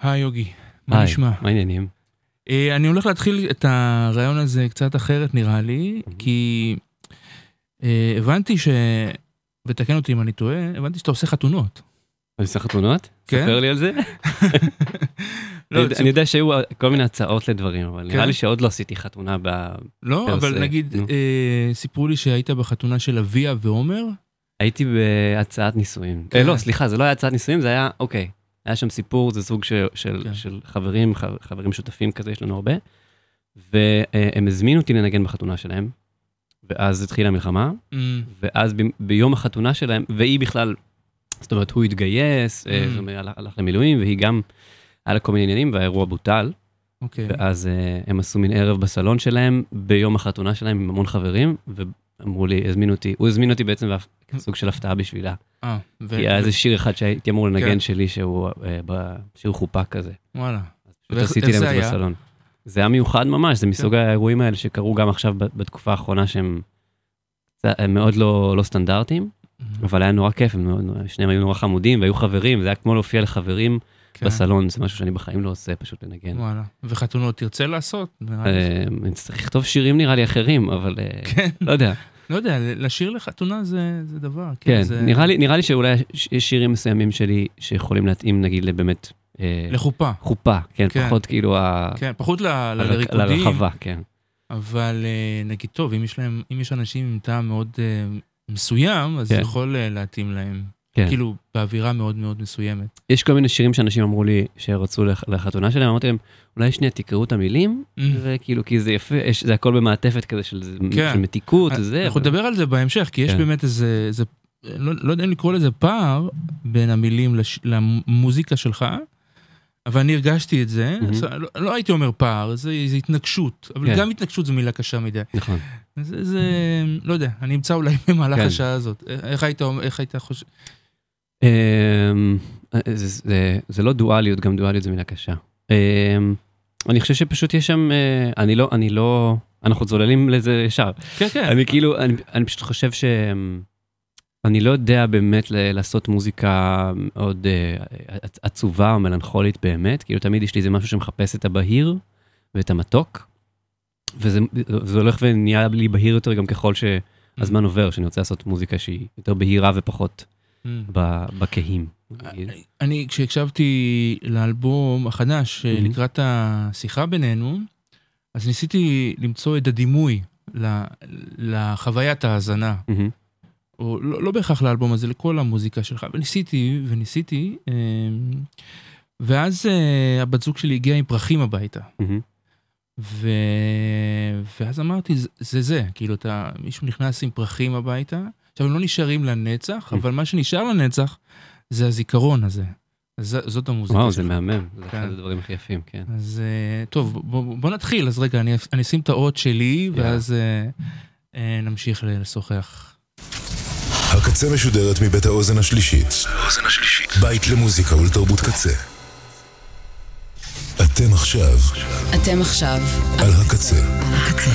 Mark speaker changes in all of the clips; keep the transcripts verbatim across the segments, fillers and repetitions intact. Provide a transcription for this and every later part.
Speaker 1: היי יוגי, מה נשמע?
Speaker 2: מה העניינים?
Speaker 1: אני הולך להתחיל את הרעיון הזה קצת אחרת נראה לי, כי הבנתי ש... ותקן אותי אם אני טועה, הבנתי שאתה עושה חתונות.
Speaker 2: אני עושה חתונות?
Speaker 1: כן?
Speaker 2: ספר לי על זה? אני יודע שהיו כל מיני הצעות לדברים, אבל נראה לי שעוד לא עשיתי חתונה ב...
Speaker 1: לא, אבל נגיד, סיפרו לי שהיית בחתונה של אביה ועומר?
Speaker 2: הייתי בהצעת נישואים. לא, סליחה, זה לא היה הצעת נישואים, זה היה, אוקיי, היה שם סיפור, זה סוג של חברים, חברים שותפים כזה, יש לנו הרבה, והם הזמינו אותי לנגן בחתונה שלהם, ואז התחילה המלחמה, ואז ביום החתונה שלהם, והיא בכלל, זאת אומרת, הוא התגייס, הלך למילואים, והיא גם, היה לה כל מיני עניינים, והאירוע בוטל, ואז הם עשו מין ערב בסלון שלהם, ביום החתונה שלהם עם המון חברים, ואמרו לי, הזמינו אותי, הוא הזמין אותי בעצם סוג של הפתעה בשבילה. כי היה איזה שיר אחד שהייתי אמור לנגן שלי, שהוא שיר חופה כזה.
Speaker 1: וואלה.
Speaker 2: פשוט עשיתי להם את זה בסלון. זה היה מיוחד ממש, זה מסוג האירועים האלה שקרו גם עכשיו בתקופה האחרונה, שהם מאוד לא סטנדרטיים, אבל היה נורא כיף, שניהם היו נורא חמודים, והיו חברים, זה היה כמו להופיע לחברים בסלון, זה משהו שאני בחיים לא עושה, פשוט לנגן.
Speaker 1: וואלה, וחתונות תרצה לעשות?
Speaker 2: אני צריך לכתוב שירים נראה לי אחרים, אבל לא יודע.
Speaker 1: לא יודע, לשיר לחתונה זה דבר.
Speaker 2: כן, נראה לי שאולי יש שירים מסוימים שלי, שיכולים להתאים נגיד לבאמת...
Speaker 1: לחופה.
Speaker 2: חופה, כן, פחות כאילו...
Speaker 1: כן, פחות לריקודים.
Speaker 2: לרחבה, כן.
Speaker 1: אבל נגיד, טוב, אם יש להם, אם יש אנשים עם טעם מאוד מסוים, אז זה יכול להתאים להם. כאילו, באווירה מאוד מאוד מסוימת.
Speaker 2: יש כל מיני שירים שאנשים אמרו לי שרצו לחתונה שלהם, אמרתי להם, אולי שנייה תקראו את המילים, וכאילו, כי זה יפה, זה הכל במעטפת כזה של מתיקות, זה.
Speaker 1: אנחנו נדבר על זה בהמשך, כי יש באמת איזה, לא יודע אם לקרוא לזה פער בין המילים למוזיקה שלך, אבל אני הרגשתי את זה, לא הייתי אומר פער, זה התנגשות, אבל גם התנגשות זו מילה קשה מדי.
Speaker 2: נכון.
Speaker 1: זה, לא יודע, אני אמצא אולי במהלך השעה הזאת. איך היית חושב?
Speaker 2: זה לא דואליות, גם דואליות זו מילה קשה. אני חושב שפשוט יש שם, אני לא, אני לא, אנחנו צוללים לזה ישר.
Speaker 1: כן, כן.
Speaker 2: אני כאילו, אני פשוט חושב ש... אני לא יודע באמת לעשות מוזיקה מאוד עצובה או מלנכולית באמת, כאילו תמיד יש לי איזה משהו שמחפש את הבהיר ואת המתוק, וזה הולך ונהיה לי בהיר יותר גם ככל שהזמן עובר, שאני רוצה לעשות מוזיקה שהיא יותר בהירה ופחות בכהים.
Speaker 1: אני, כשהקשבתי לאלבום החדש, לקראת השיחה בינינו, אז ניסיתי למצוא את הדימוי לחוויית ההאזנה. או לא, לא בהכרח לאלבום הזה, לכל המוזיקה שלך, וניסיתי, וניסיתי, ואז הבת זוג שלי הגיעה עם פרחים הביתה. ו... ואז אמרתי, זה זה, זה. כאילו, אתה, מישהו נכנס עם פרחים הביתה, עכשיו הם לא נשארים לנצח, אבל מה שנשאר לנצח, זה הזיכרון הזה. אז זאת המוזיקה
Speaker 2: וואו,
Speaker 1: שלך.
Speaker 2: זה מהמם, זה אחד הדברים הכי יפים, כן.
Speaker 1: אז טוב, בוא, בוא נתחיל, אז רגע, אני, אני אשים את האות שלי, ואז נמשיך לשוחח.
Speaker 3: הקצה משודרת מבית האוזן השלישית. האוזן השלישית. בית למוזיקה ולתרבות קצה. אתם עכשיו.
Speaker 4: אתם עכשיו.
Speaker 3: על הקצה.
Speaker 4: על הקצה.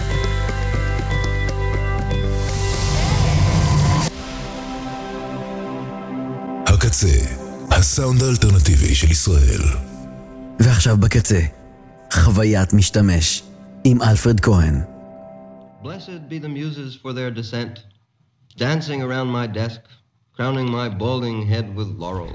Speaker 3: הקצה. הסאונד האלטרנטיבי של ישראל.
Speaker 5: ועכשיו בקצה. חוויית משתמש. עם אלפרד כהן.
Speaker 6: Blessed be the muses for their descent. Dancing around my desk, crowning my balding head with laurel.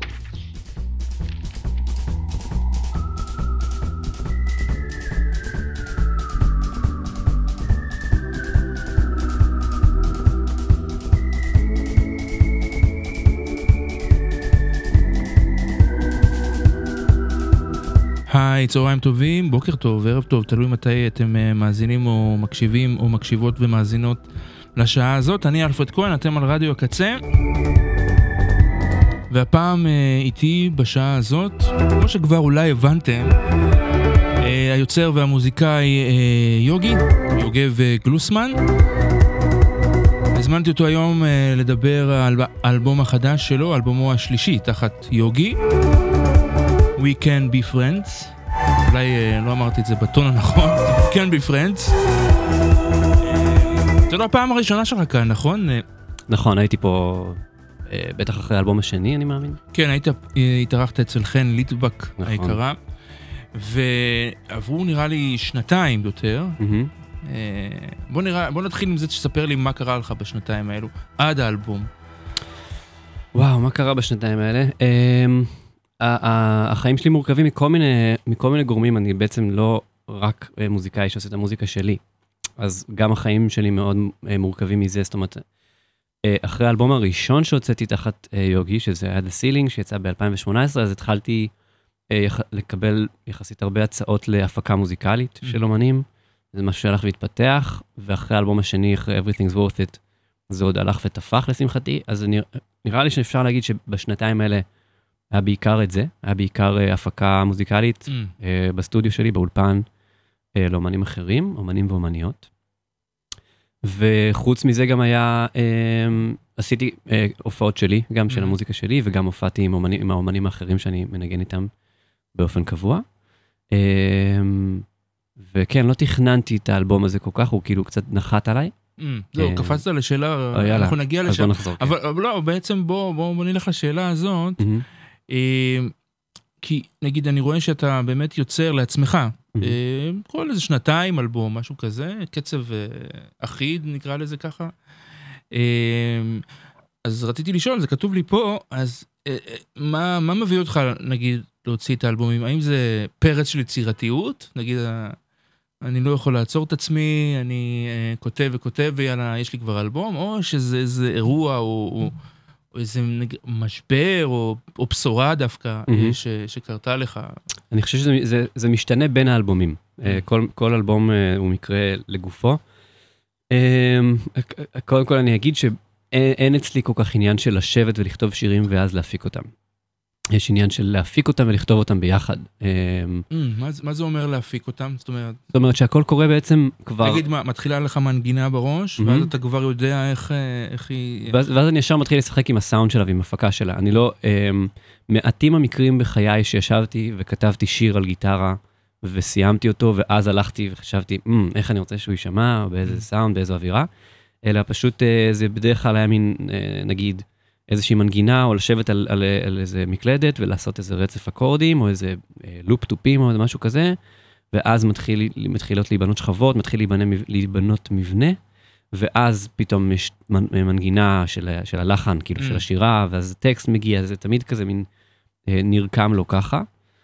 Speaker 1: היי, צהריים טובים, בוקר טוב, ערב טוב, תלוי מתי אתם מאזינים או מקשיבים או מקשיבות ומאזינות לשעה הזאת. אני אלפרד כהן, אתם על רדיו הקצה, והפעם איתי בשעה הזאת, כמו שכבר אולי הבנתם, היוצר והמוזיקאי יוגי, יוגב גלוסמן. הזמנתי אותו היום לדבר על האלבום החדש שלו, אלבומו השלישי תחת יוגי, We Can Be Friends. אולי לא אמרתי את זה בטון הנכון, We Can Be Friends. זה לא הפעם הראשונה שלך כאן, נכון?
Speaker 2: נכון, הייתי פה בטח אחרי האלבום השני, אני מאמין.
Speaker 1: כן, היית, התארחת אצל חן ליטבק היקרה, ועברו נראה לי שנתיים יותר. בוא נראה, בוא נתחיל עם זה שתספר לי מה קרה לך בשנתיים האלו, עד האלבום.
Speaker 2: וואו, מה קרה בשנתיים האלה? החיים שלי מורכבים מכל מיני, מכל מיני גורמים, אני בעצם לא רק מוזיקאי שעושה את המוזיקה שלי, אז גם החיים שלי מאוד מורכבים מזה, זאת אומרת, אחרי האלבום הראשון שהוצאתי תחת יוגי, שזה היה The Ceiling, שיצא ב-אלפיים שמונה עשרה, אז התחלתי לקבל יחסית הרבה הצעות להפקה מוזיקלית של אומנים, זה משהו שהלך והתפתח, ואחרי האלבום השני, אחרי Everything's Worth It, זה עוד הלך ותפח לשמחתי, אז נראה לי שאפשר להגיד שבשנתיים האלה היה בעיקר את זה, היה בעיקר הפקה מוזיקלית בסטודיו שלי, באולפן, לאומנים אחרים, אומנים ואומניות. וחוץ מזה גם היה, עשיתי הופעות שלי, גם של המוזיקה שלי, וגם הופעתי עם, אומנים, עם האומנים האחרים שאני מנגן איתם באופן קבוע. וכן, לא תכננתי את האלבום הזה כל כך, הוא כאילו קצת נחת עליי.
Speaker 1: לא, קפצת לשאלה, אנחנו נגיע לשם. אבל לא, בעצם בוא נלך לשאלה הזאת, כי נגיד אני רואה שאתה באמת יוצר לעצמך, כל איזה שנתיים אלבום, משהו כזה, קצב אחיד נקרא לזה ככה. אז רציתי לשאול, זה כתוב לי פה, אז מה מביא אותך נגיד להוציא את האלבומים? האם זה פרץ של יצירתיות? נגיד אני לא יכול לעצור את עצמי, אני כותב וכותב ויאללה, יש לי כבר אלבום, או שזה איזה אירוע או... או איזה משבר, או, או בשורה דווקא, mm-hmm. ש, שקרתה לך.
Speaker 2: אני חושב שזה זה, זה משתנה בין האלבומים. Mm-hmm. כל, כל אלבום הוא מקרה לגופו. קודם כל אני אגיד שאין אצלי כל כך עניין של לשבת ולכתוב שירים ואז להפיק אותם. יש עניין של להפיק אותם ולכתוב אותם ביחד.
Speaker 1: מה, מה זה אומר להפיק אותם? זאת אומרת...
Speaker 2: זאת אומרת שהכל קורה בעצם כבר...
Speaker 1: נגיד, מה, מתחילה לך מנגינה בראש, ואז אתה כבר יודע איך, איך היא...
Speaker 2: ואז, ואז אני ישר מתחיל לשחק עם הסאונד שלה ועם הפקה שלה. אני לא... מעטים המקרים בחיי שישבתי וכתבתי שיר על גיטרה, וסיימתי אותו, ואז הלכתי וחשבתי, איך אני רוצה שהוא יישמע, באיזה סאונד, באיזו אווירה, אלא פשוט זה בדרך כלל היה מין, נגיד, איזושהי מנגינה, או לשבת על, על, על איזה מקלדת, ולעשות איזה רצף אקורדים, או איזה לופ טופים, או משהו כזה, ואז מתחיל, מתחילות להיבנות שכבות, מתחיל להיבנות, להיבנות מבנה, ואז פתאום יש מנגינה של, של הלחן, כאילו mm. של השירה, ואז הטקסט מגיע, זה תמיד כזה מין נרקם לו ככה.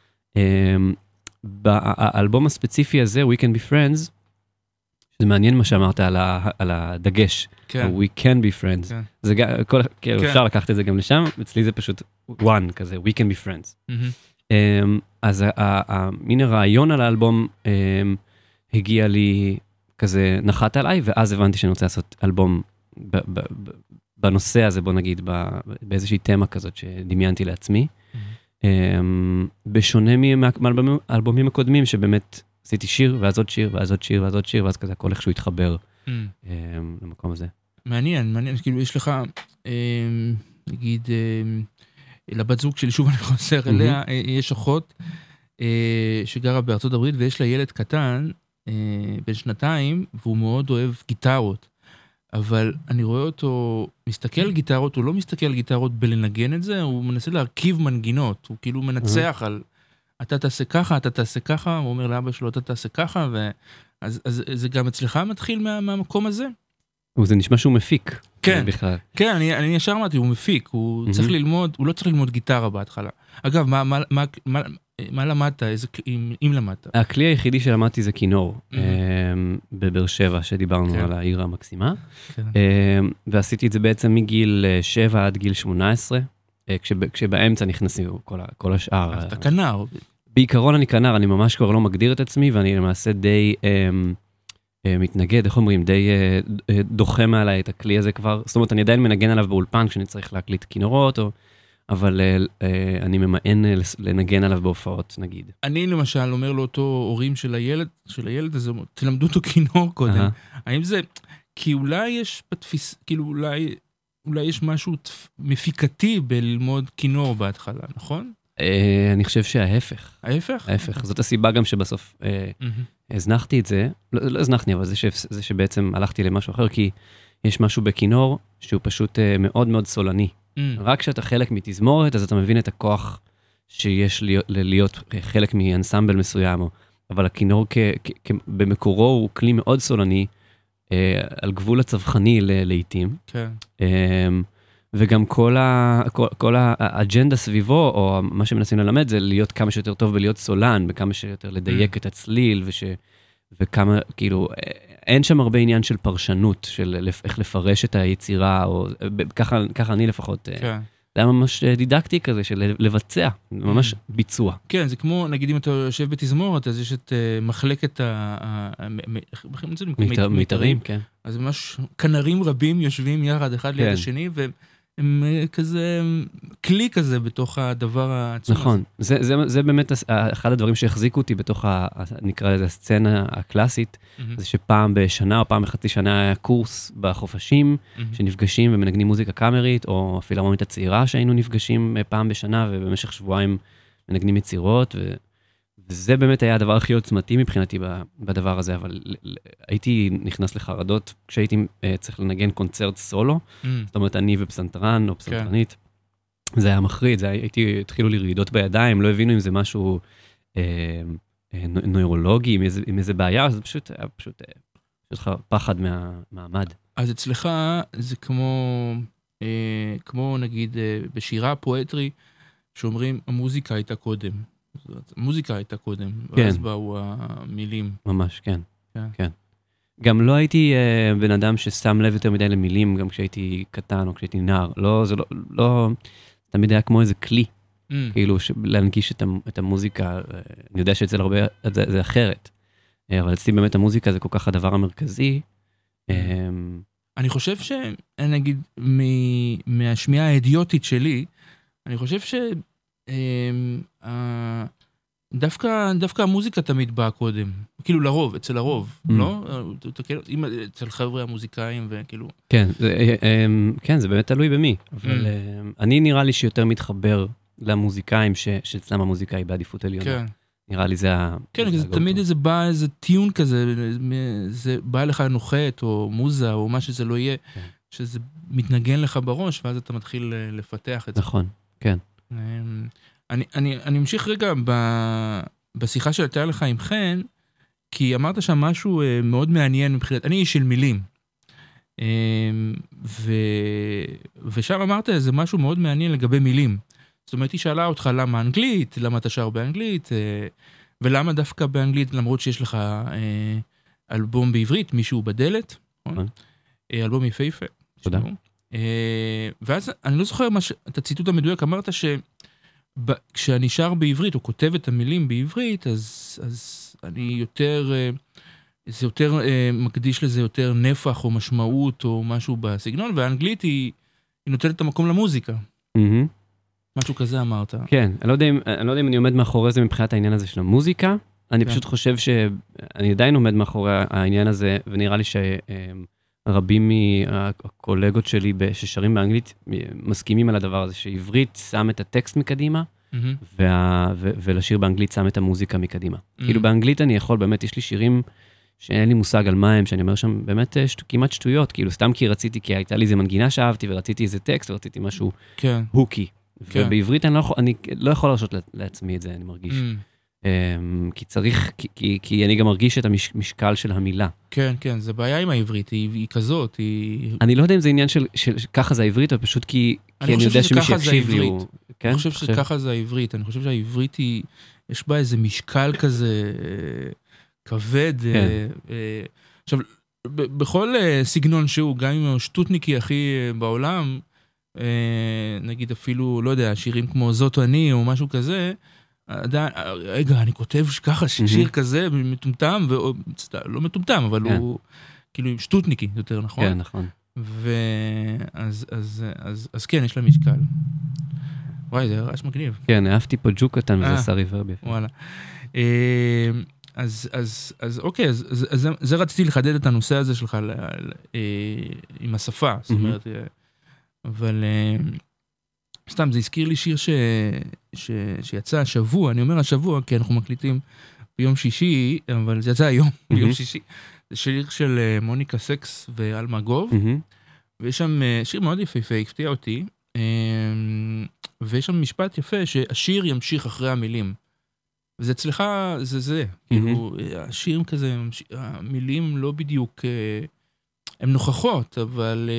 Speaker 2: באלבום הספציפי הזה, We Can Be Friends, זה מעניין מה שאמרת על, ה, על הדגש, כן. We can be friends. כן. זה גם, כל, כן. אפשר לקחת את זה גם לשם, אצלי זה פשוט one כזה, we can be friends. Mm-hmm. Um, אז המין הרעיון על האלבום um, הגיע לי כזה נחת עליי, ואז הבנתי שאני רוצה לעשות אלבום ב, ב, ב, בנושא הזה, בוא נגיד, ב, באיזושהי תמה כזאת שדמיינתי לעצמי. Mm-hmm. Um, בשונה מהאלבומים הקודמים שבאמת, עשיתי שיר, ואז עוד שיר, ואז עוד שיר, ואז עוד שיר, ואז כזה הכל איכשהו יתחבר mm. למקום הזה.
Speaker 1: מעניין, מעניין, כאילו יש לך, נגיד, לבת זוג שלי, שוב אני חוזר mm-hmm. אליה, יש אחות שגרה בארצות הברית, ויש לה ילד קטן, בן שנתיים, והוא מאוד אוהב גיטרות, אבל אני רואה אותו מסתכל על גיטרות, הוא לא מסתכל על גיטרות בלנגן את זה, הוא מנסה להרכיב מנגינות, הוא כאילו מנצח mm-hmm. על... אתה תעשה ככה, אתה תעשה ככה, הוא אומר לאבא שלו, אתה תעשה ככה, אז, אז זה גם אצלך מתחיל מה, מהמקום הזה?
Speaker 2: זה נשמע שהוא מפיק.
Speaker 1: כן,
Speaker 2: בכלל.
Speaker 1: כן, אני, אני ישר אמרתי, הוא מפיק, הוא mm-hmm. צריך ללמוד, הוא לא צריך ללמוד גיטרה בהתחלה. אגב, מה, מה, מה, מה, מה למדת, איזה, אם, אם למדת?
Speaker 2: הכלי היחידי שלמדתי זה כינור, mm-hmm. בבאר שבע, שדיברנו כן. על העיר המקסימה, כן. ועשיתי את זה בעצם מגיל שבע עד גיל שמונה עשרה, כשבאמצע נכנסים כל, כל השאר.
Speaker 1: אז אתה כנר.
Speaker 2: בעיקרון אני כנר, אני ממש כבר לא מגדיר את עצמי, ואני למעשה די אה, אה, מתנגד, איך אומרים, די אה, אה, דוחה מעליי את הכלי הזה כבר. זאת אומרת, אני עדיין מנגן עליו באולפן, כשאני צריך להקליט כינורות, או, אבל אה, אה, אני ממאן אה, לנגן עליו בהופעות, נגיד.
Speaker 1: אני למשל אומר לאותו הורים של הילד, של הילד הזה, תלמדו אותו כינור קודם. Uh-huh. האם זה, כי אולי יש בתפיס, כאילו אולי... אולי יש משהו מפיקתי בללמוד כינור בהתחלה, נכון?
Speaker 2: אני חושב שההפך.
Speaker 1: ההפך?
Speaker 2: ההפך. זאת הסיבה גם שבסוף הזנחתי את זה, לא הזנחתי, אבל זה שבעצם הלכתי למשהו אחר, כי יש משהו בכינור שהוא פשוט מאוד מאוד סולני. Mm. רק כשאתה חלק מתזמורת, אז אתה מבין את הכוח שיש להיות, להיות חלק מאנסמבל מסוים, אבל הכינור כ, כ, כ, במקורו הוא כלי מאוד סולני, אה, על גבול הצווחני ל, לעתים.
Speaker 1: כן.
Speaker 2: אה, וגם כל, ה, כל, כל האג'נדה סביבו, או מה שמנסים ללמד, זה להיות כמה שיותר טוב ולהיות סולן, וכמה שיותר לדייק mm. את הצליל, וש, וכמה, כאילו, אין שם הרבה עניין של פרשנות, של איך לפרש את היצירה, או ככה, ככה אני לפחות... כן. זה היה ממש דידקטי כזה, של לבצע, ממש ביצוע.
Speaker 1: כן, זה כמו, נגיד אם אתה יושב בתזמורת, אז יש את מחלקת
Speaker 2: המיתרים, כן.
Speaker 1: אז ממש כנרים רבים יושבים יחד אחד ליד השני, והם כזה, כלי כזה בתוך הדבר העצום.
Speaker 2: נכון, זה באמת אחד הדברים שהחזיקו אותי בתוך, נקרא לזה, הסצנה הקלאסית, זה שפעם בשנה או פעם בחצי שנה היה קורס בחופשים, שנפגשים ומנגנים מוזיקה קאמרית, או הפילהרמונית הצעירה שהיינו נפגשים פעם בשנה, ובמשך שבועיים מנגנים יצירות, וזה באמת היה הדבר הכי עוצמתי מבחינתי בדבר הזה, אבל הייתי נכנס לחרדות כשהייתי צריך לנגן קונצרט סולו, זאת אומרת, אני ופסנתרן או פסנתרנית, זה היה מחריד, הייתי, התחילו לי רעידות בידיים, לא הבינו אם זה משהו נוירולוגי, עם איזה בעיה, זה פשוט היה פשוט פחד מהמעמד.
Speaker 1: אז אצלך זה כמו, כמו נגיד בשירה פואטרי, שאומרים, המוזיקה הייתה קודם. המוזיקה הייתה קודם, ואז באו המילים.
Speaker 2: ממש, כן. כן. גם לא הייתי בן אדם ששם לב יותר מדי למילים, גם כשהייתי קטן או כשהייתי נער. לא, זה לא, לא, תמיד היה כמו איזה כלי, כאילו, להנגיש את המוזיקה. אני יודע שאצל הרבה זה אחרת, אבל אצלי באמת המוזיקה זה כל כך הדבר המרכזי.
Speaker 1: אני חושב שנגיד, מהשמיעה האידיוטית שלי, אני חושב ש... דווקא, דווקא המוזיקה תמיד באה קודם, כאילו לרוב, אצל הרוב, לא? אצל חבר'ה המוזיקאים וכאילו...
Speaker 2: כן, כן, זה באמת תלוי במי, אבל אני נראה לי שיותר מתחבר למוזיקאים שאצלם המוזיקה היא בעדיפות עליונה. נראה לי זה ה...
Speaker 1: כן, זה תמיד איזה בא, איזה טיון כזה, זה בא לך נוחת, או מוזה, או מה שזה לא יהיה, שזה מתנגן לך בראש, ואז אתה מתחיל לפתח את זה.
Speaker 2: נכון, כן.
Speaker 1: אני, אני, אני אמשיך רגע ב, בשיחה שהייתה לך עם חן, כי אמרת שם משהו מאוד מעניין מבחינת, אני איש של מילים, ו, ושם אמרת איזה משהו מאוד מעניין לגבי מילים. זאת אומרת, היא שאלה אותך למה אנגלית, למה אתה שר באנגלית, ולמה דווקא באנגלית, למרות שיש לך אלבום בעברית, מישהו בדלת, אלבום יפהפה.
Speaker 2: תודה.
Speaker 1: ואז אני לא זוכר את הציטוט המדויק, אמרת שכשאני שר בעברית, או כותב את המילים בעברית, אז, אז אני יותר, זה יותר מקדיש לזה יותר נפח או משמעות או משהו בסגנון, והאנגלית היא, היא נותנת את המקום למוזיקה. משהו כזה אמרת.
Speaker 2: כן, אני לא יודע אם, אני לא יודע אם אני עומד מאחורי זה מבחינת העניין הזה של המוזיקה, אני פשוט חושב שאני עדיין עומד מאחורי העניין הזה, ונראה לי ש... רבים מהקולגות שלי ששרים באנגלית מסכימים על הדבר הזה, שעברית שם את הטקסט מקדימה, ולשיר באנגלית שם את המוזיקה מקדימה. כאילו באנגלית אני יכול, באמת יש לי שירים שאין לי מושג על מה הם, שאני אומר שם באמת כמעט שטויות, כאילו סתם כי רציתי, כי הייתה לי איזה מנגינה שאהבתי, ורציתי איזה טקסט, ורציתי משהו הוקי. ובעברית אני לא יכול להרשות לעצמי את זה, אני מרגיש. כי צריך, כי, כי אני גם מרגיש את המשקל של המילה.
Speaker 1: כן, כן, זה בעיה עם העברית, היא, היא כזאת, היא...
Speaker 2: אני לא יודע אם זה עניין של, של ככה זה העברית, או פשוט כי אני, כי אני יודע שמי שיקשיב לי הוא...
Speaker 1: אני חושב שככה זה העברית, אני חושב שהעברית היא, יש בה איזה משקל כזה כבד. עכשיו, בכל סגנון שהוא, גם אם הוא שטוטניקי הכי בעולם, נגיד אפילו, לא יודע, שירים כמו זאת אני, או משהו כזה, רגע, אני כותב ככה שיר כזה מטומטם, לא מטומטם, אבל הוא כאילו שטוטניקי יותר, נכון?
Speaker 2: כן, נכון.
Speaker 1: אז כן, יש לה משקל. וואי, זה רעש מגניב.
Speaker 2: כן, אהבתי פה ג'וק קטן, וזה עשה ריברב יפה.
Speaker 1: וואלה. אז אוקיי, אז זה רציתי לחדד את הנושא הזה שלך עם השפה, זאת אומרת, אבל... סתם, זה הזכיר לי שיר ש... ש... שיצא השבוע, אני אומר השבוע, כי אנחנו מקליטים ביום שישי, אבל זה יצא היום, ביום שישי, זה שיר של מוניקה סקס ואלמגוב, ויש שם שיר מאוד יפהפה, הפתיע אותי, ויש שם משפט יפה שהשיר ימשיך אחרי המילים. וזה אצלך, זה זה. כאילו, השיר כזה, המילים לא בדיוק, הן נוכחות, אבל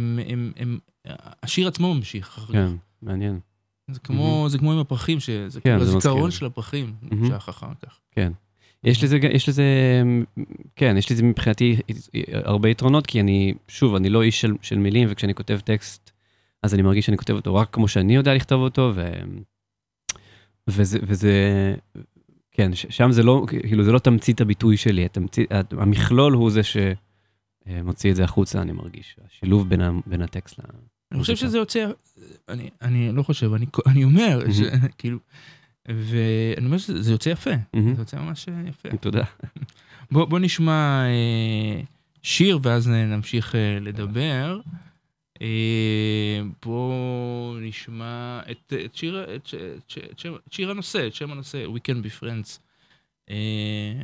Speaker 1: השיר עצמו ממשיך אחרי.
Speaker 2: כן, מעניין.
Speaker 1: זה כמו, זה כמו עם הפרחים, שזה כאילו הזיכרון של הפרחים, נמשך אחר כך.
Speaker 2: כן. יש לזה, יש לזה, כן, יש לזה מבחינתי הרבה יתרונות, כי אני, שוב, אני לא איש של, של מילים, וכשאני כותב טקסט, אז אני מרגיש שאני כותב אותו רק כמו שאני יודע לכתוב אותו, ו... וזה, וזה, כן, שם זה לא, כאילו, זה לא תמצית הביטוי שלי, התמצית, המכלול הוא זה שמוציא את זה החוצה, אני מרגיש, השילוב בין, ה, בין הטקסט ל...
Speaker 1: אני חושב שזה יוצא, אני, אני לא חושב, אני, אני אומר, ש, כאילו, ואני אומר שזה יוצא יפה, זה יוצא ממש יפה.
Speaker 2: תודה.
Speaker 1: בוא, בוא נשמע אה, שיר, ואז נמשיך אה, לדבר. אה, בוא נשמע את, את, שיר, את, את, את, שיר, את שיר הנושא, את שם הנושא, We Can Be Friends. אה,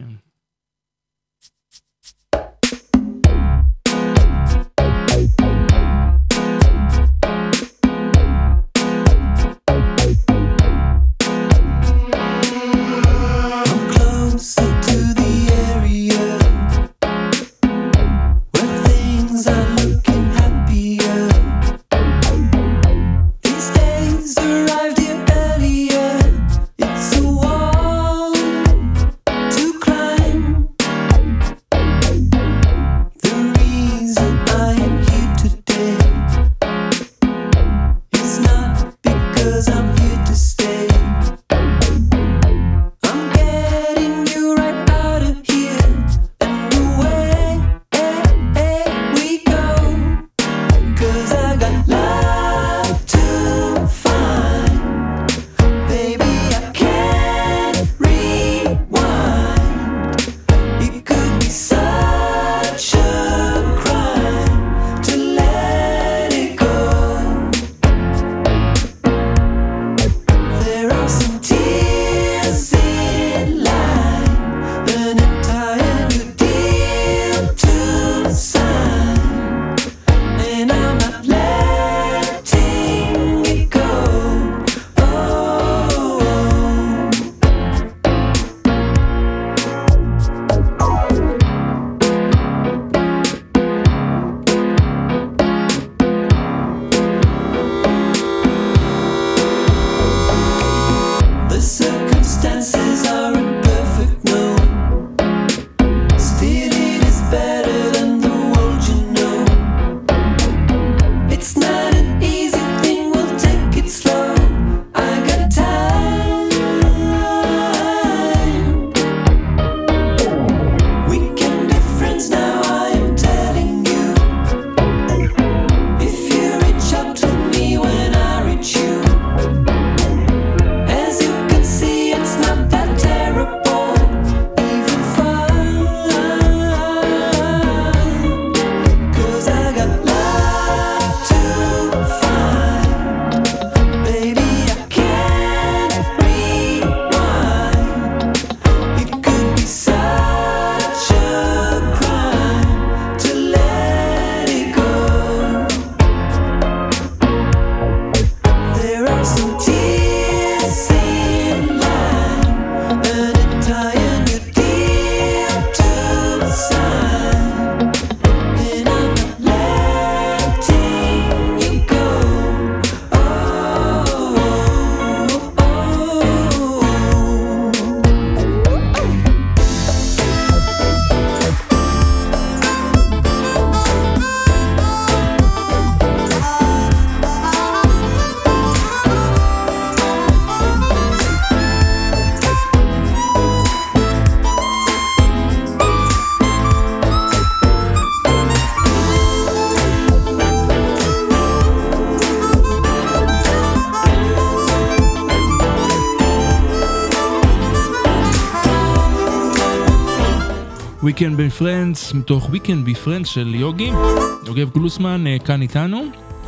Speaker 1: We Can Be Friends, מתוך We Can Be Friends של יוגי, יוגב גלוסמן, כאן איתנו.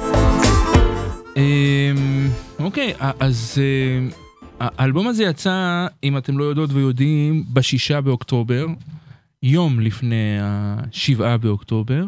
Speaker 1: אוקיי, אז האלבום הזה יצא, אם אתם לא יודעות ויודעים, בשישה באוקטובר. יום לפני השבעה באוקטובר.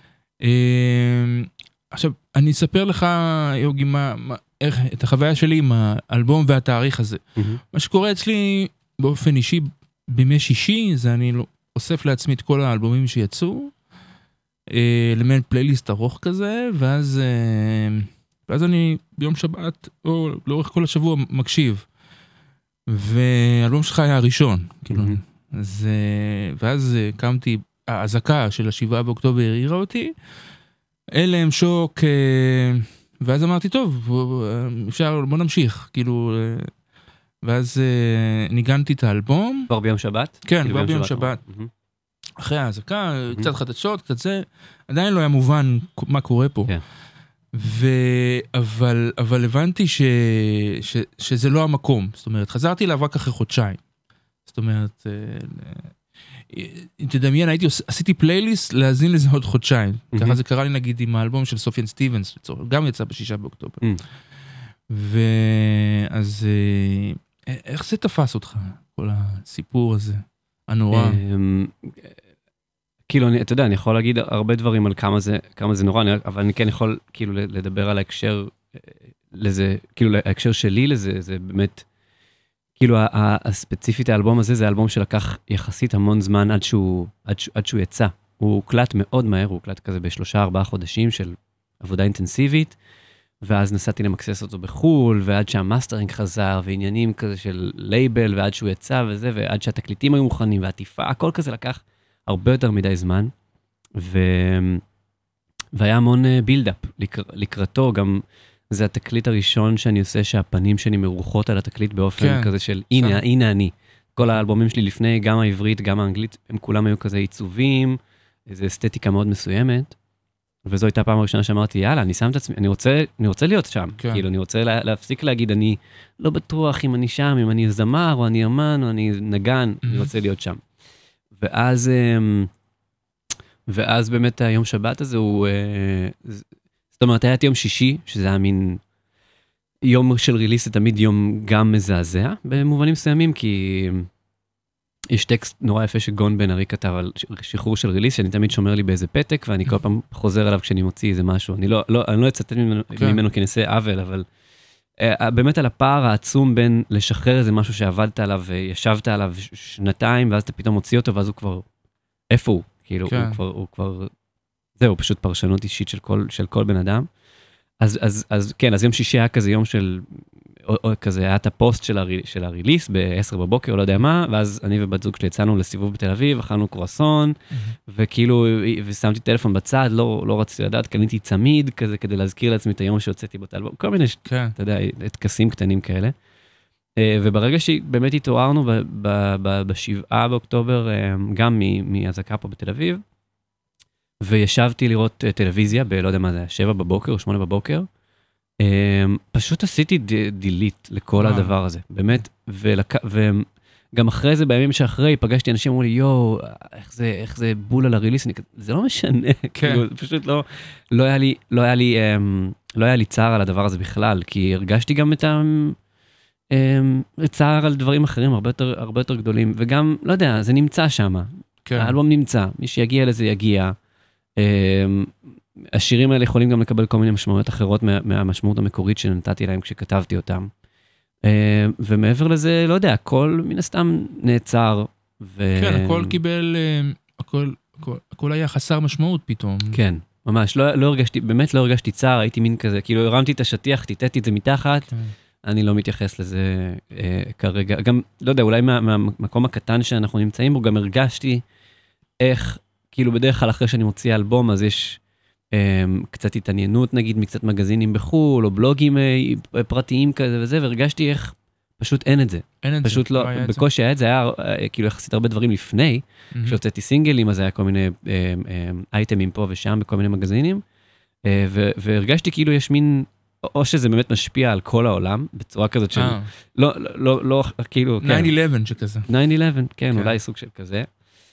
Speaker 1: עכשיו, אני אספר לך, יוגי, מה, מה, איך, את החוויה שלי עם האלבום והתאריך הזה. Mm-hmm. מה שקורה אצלי באופן אישי, בימי שישי, זה אני אוסף לעצמי את כל האלבומים שיצאו, למעין פלייליסט ארוך כזה, ואז, ואז אני ביום שבת, או לאורך כל השבוע, מקשיב. והאלבום שלך היה הראשון, כאילו. Mm-hmm. אז, ואז קמתי, ההזקה של השבעה באוקטובר העירה אותי, אלם, שוק, ואז אמרתי, טוב, אפשר, בוא נמשיך, כאילו, ואז ניגנתי את האלבום.
Speaker 2: כבר ביום שבת?
Speaker 1: כן, כבר ביום שבת. אחרי ההזקה, קצת חדשות, קצת זה, עדיין לא היה מובן מה קורה פה. אבל, אבל הבנתי ש, ש, שזה לא המקום. זאת אומרת, חזרתי אליו רק אחרי חודשיים. זאת אומרת, אם תדמיין, הייתי, עשיתי פלייליסט להזין לזה עוד חודשיים. ככה זה קרה לי נגיד עם האלבום של סופיאן סטיבנס, גם יצא בשישה באוקטובר. ואז, איך זה תפס אותך, כל הסיפור הזה, הנורא?
Speaker 2: כאילו, אתה יודע, אני יכול להגיד הרבה דברים על כמה זה, כמה זה נורא, אבל אני כן יכול כאילו לדבר על ההקשר לזה, כאילו ההקשר שלי לזה, זה באמת, כאילו הספציפית האלבום הזה, זה האלבום שלקח יחסית המון זמן עד שהוא, עד, עד שהוא יצא. הוא הוקלט מאוד מהר, הוא הוקלט כזה בשלושה, ארבעה חודשים של עבודה אינטנסיבית, ואז נסעתי למקסס אותו בחול, ועד שהמאסטרינג חזר, ועניינים כזה של לייבל, ועד שהוא יצא וזה, ועד שהתקליטים היו מוכנים, והעטיפה, הכל כזה לקח הרבה יותר מדי זמן, ו... והיה המון בילדאפ לקר... לקראתו, גם זה התקליט הראשון שאני עושה, שהפנים שלי מרוחות על התקליט באופן כן. כזה של, הנה, הנה אני. כל האלבומים שלי לפני, גם העברית, גם האנגלית, הם כולם היו כזה עיצובים, איזו אסתטיקה מאוד מסוימת, וזו הייתה הפעם הראשונה שאמרתי, יאללה, אני שם את עצמי, אני רוצה, אני רוצה להיות שם, כן. כאילו, אני רוצה לה, להפסיק להגיד, אני לא בטוח אם אני שם, אם אני זמר, או אני אמן, או אני נגן, mm-hmm. אני רוצה להיות שם. ואז, ואז באמת היום שבת הזה הוא, זאת אומרת, היה את יום שישי, שזה היה מין יום של ריליס, זה תמיד יום גם מזעזע, במובנים מסוימים, כי יש טקסט נורא יפה שגון בן ארי כתב על שחרור של ריליס, שאני תמיד שומר לי באיזה פתק, ואני כל פעם חוזר עליו כשאני מוציא איזה משהו. אני לא, לא, אני לא אצטט ממנו, כן. ממנו כנעשה עוול, אבל uh, באמת על הפער העצום בין לשחרר איזה משהו שעבדת עליו, וישבת עליו שנתיים, ואז אתה פתאום מוציא אותו, ואז הוא כבר, איפה הוא? כאילו, כן. הוא כבר, הוא כבר, זהו, פשוט פרשנות אישית של כל, של כל בן אדם. אז, אז, אז כן, אז יום שישי היה כזה יום של, או, או כזה, היה את הפוסט של, הריל, של הריליס ב-עשר בבוקר, לא יודע מה, ואז אני ובת זוג שלי יצאנו לסיבוב בתל אביב, אכלנו קרואסון, mm-hmm. וכאילו, ושמתי טלפון בצד, לא, לא רציתי לדעת, קניתי צמיד כזה, כדי להזכיר לעצמי את היום שהוצאתי בו את האלבום, כל מיני, כן. אתה יודע, תקסים קטנים כאלה. וברגע שבאמת התעוררנו בשבעה באוקטובר, גם מהזקה פה בתל אביב, וישבתי לראות טלוויזיה, ב, לא יודע מה זה, שבע בבוקר או שמונה בבוקר, פשוט עשיתי דילית לכל הדבר הזה, באמת, וגם אחרי זה, בימים שאחרי, פגשתי אנשים, אמרו לי, יו, איך זה, איך זה בול על הריליס, זה לא משנה, כאילו, פשוט לא, לא היה לי, לא היה לי, לא היה לי צער על הדבר הזה בכלל, כי הרגשתי גם את ה... צער על דברים אחרים, הרבה יותר, הרבה יותר גדולים, וגם, לא יודע, זה נמצא שם, כן. האלבום נמצא, מי שיגיע לזה יגיע, השירים האלה יכולים גם לקבל כל מיני משמעויות אחרות מה, מהמשמעות המקורית שנתתי להם כשכתבתי אותם, ומעבר לזה, לא יודע, הכל מן הסתם נעצר, ו... כן,
Speaker 1: הכל קיבל, הכל, הכל, הכל היה חסר משמעות פתאום.
Speaker 2: כן, ממש, לא, לא הרגשתי, באמת לא הרגשתי צער, הייתי מין כזה, כאילו הרמתי את השטיח, טיטטתי את זה מתחת, כן. אני לא מתייחס לזה אה, כרגע, גם, לא יודע, אולי מה, מהמקום הקטן שאנחנו נמצאים בו, גם הרגשתי איך, כאילו בדרך כלל אחרי שאני מוציא אלבום, אז יש אה, קצת התעניינות, נגיד, מקצת מגזינים בחול, או בלוגים אה, פרטיים כזה וזה, והרגשתי איך פשוט אין את זה.
Speaker 1: אין את
Speaker 2: פשוט
Speaker 1: זה.
Speaker 2: לא, בקושי היה את זה, היה אה, כאילו יחסית הרבה דברים לפני, mm-hmm. כשהוצאתי סינגלים, אז היה כל מיני אה, אה, אייטמים פה ושם, בכל מיני מגזינים, אה, ו- והרגשתי כאילו יש מין... או שזה באמת משפיע על כל העולם, בצורה כזאת של... לא, לא, לא, כאילו...
Speaker 1: נין אלוון שכזה.
Speaker 2: נין אלוון, כן, אולי סוג של כזה.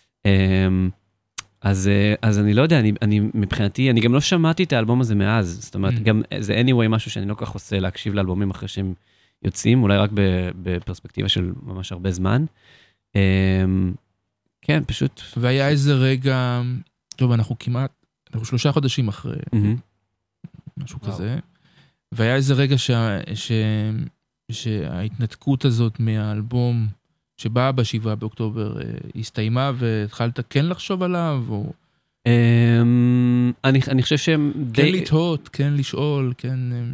Speaker 2: אז אני לא יודע, אני מבחינתי, אני גם לא שמעתי את האלבום הזה מאז, זאת אומרת, גם זה anyway משהו שאני לא כך עושה להקשיב לאלבומים אחרי שהם יוצאים, אולי רק בפרספקטיבה של ממש הרבה זמן. כן, כן, פשוט.
Speaker 1: והיה איזה רגע, טוב, אנחנו כמעט, אנחנו שלושה חודשים אחרי, משהו כזה, והיה איזה רגע שההתנתקות הזאת מהאלבום, שבאה בשבעה באוקטובר, הסתיימה, והתחלת כן לחשוב עליו, או...
Speaker 2: אני חושב שהם
Speaker 1: די... כן לתהות, כן לשאול, כן...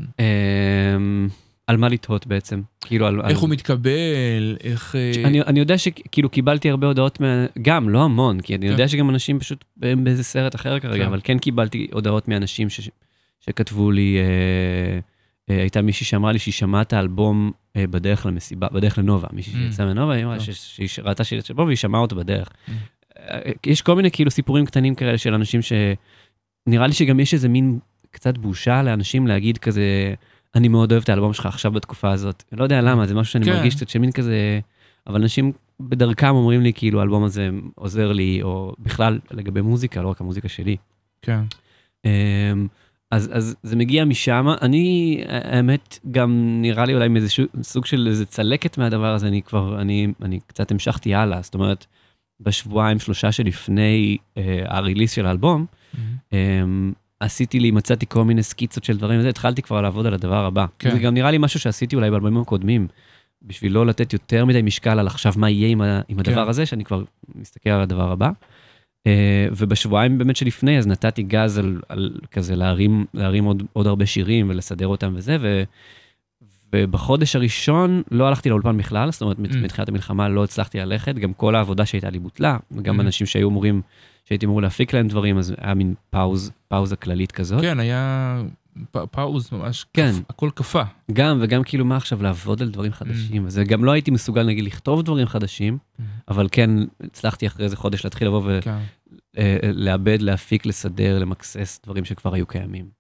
Speaker 2: על מה לתהות בעצם?
Speaker 1: איך הוא מתקבל, איך...
Speaker 2: אני יודע שכאילו קיבלתי הרבה הודעות, גם, לא המון, כי אני יודע שגם אנשים פשוט הם באיזה סרט אחר כרגע, אבל כן קיבלתי הודעות מאנשים שכתבו לי, הייתה מישהי שאמרה לי שהיא שמעה את האלבום בדרך למסיבה, בדרך לנובה, מישהי שיצאה מנובה, היא אמרה שהיא ראתה שהיא יצאה בו והיא שמעה אותו בדרך. יש כל מיני כאילו סיפורים קטנים כאלה של אנשים שנראה לי שגם יש איזה מין קצת בושה לאנשים להגיד כזה, אני מאוד אוהב את האלבום שלך עכשיו בתקופה הזאת. אני לא יודע למה, זה משהו שאני מרגיש קצת שמין כזה, אבל אנשים בדרכם אומרים לי כאילו האלבום הזה עוזר לי, או בכלל לגבי מוזיקה, לא רק המוזיקה שלי.
Speaker 1: כן.
Speaker 2: אז, אז זה מגיע משם, אני, האמת, גם נראה לי אולי מאיזה סוג של איזה צלקת מהדבר הזה, אני כבר, אני, אני קצת המשכתי הלאה, זאת אומרת, בשבועיים שלושה שלפני אה, הריליס של האלבום, mm-hmm. אה, עשיתי לי, מצאתי כל מיני סקיצות של דברים וזה, התחלתי כבר לעבוד על הדבר הבא. כן. זה גם נראה לי משהו שעשיתי אולי באלבומים הקודמים, בשביל לא לתת יותר מדי משקל על עכשיו מה יהיה עם, ה, עם הדבר כן. הזה, שאני כבר מסתכל על הדבר הבא. אה, ובשבועיים באמת שלפני, אז נתתי גז על, על כזה להרים, להרים עוד, עוד הרבה שירים ולסדר אותם וזה, ו... ובחודש הראשון לא הלכתי לאולפן בכלל, זאת אומרת, mm. מתחילת המלחמה לא הצלחתי ללכת, גם כל העבודה שהייתה לי בוטלה, וגם mm. אנשים שהיו אמורים, שהייתי אמור להפיק להם דברים, אז היה מין פאוז, פאוזה כללית כזאת.
Speaker 1: כן, היה פאוז ממש, כן. כפ, הכל קפה.
Speaker 2: גם, וגם כאילו מה עכשיו לעבוד על דברים חדשים, mm. אז גם לא הייתי מסוגל נגיד לכתוב דברים חדשים, mm. אבל כן הצלחתי אחרי איזה חודש להתחיל לבוא ולאבד, להפיק, לסדר, למקסס דברים שכבר היו קיימים.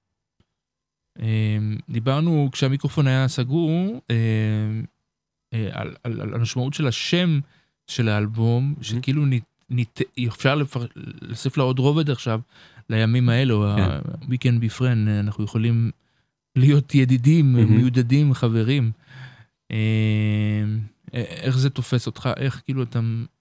Speaker 1: דיברנו כשהמיקרופון היה סגור על, על, על המשמעות של השם של האלבום, שכאילו נת, אפשר לסף לה עוד רובד עכשיו לימים האלו, We Can Be Friend, אנחנו יכולים להיות ידידים, מיודדים, חברים. איך זה תופס אותך? איך כאילו אתה...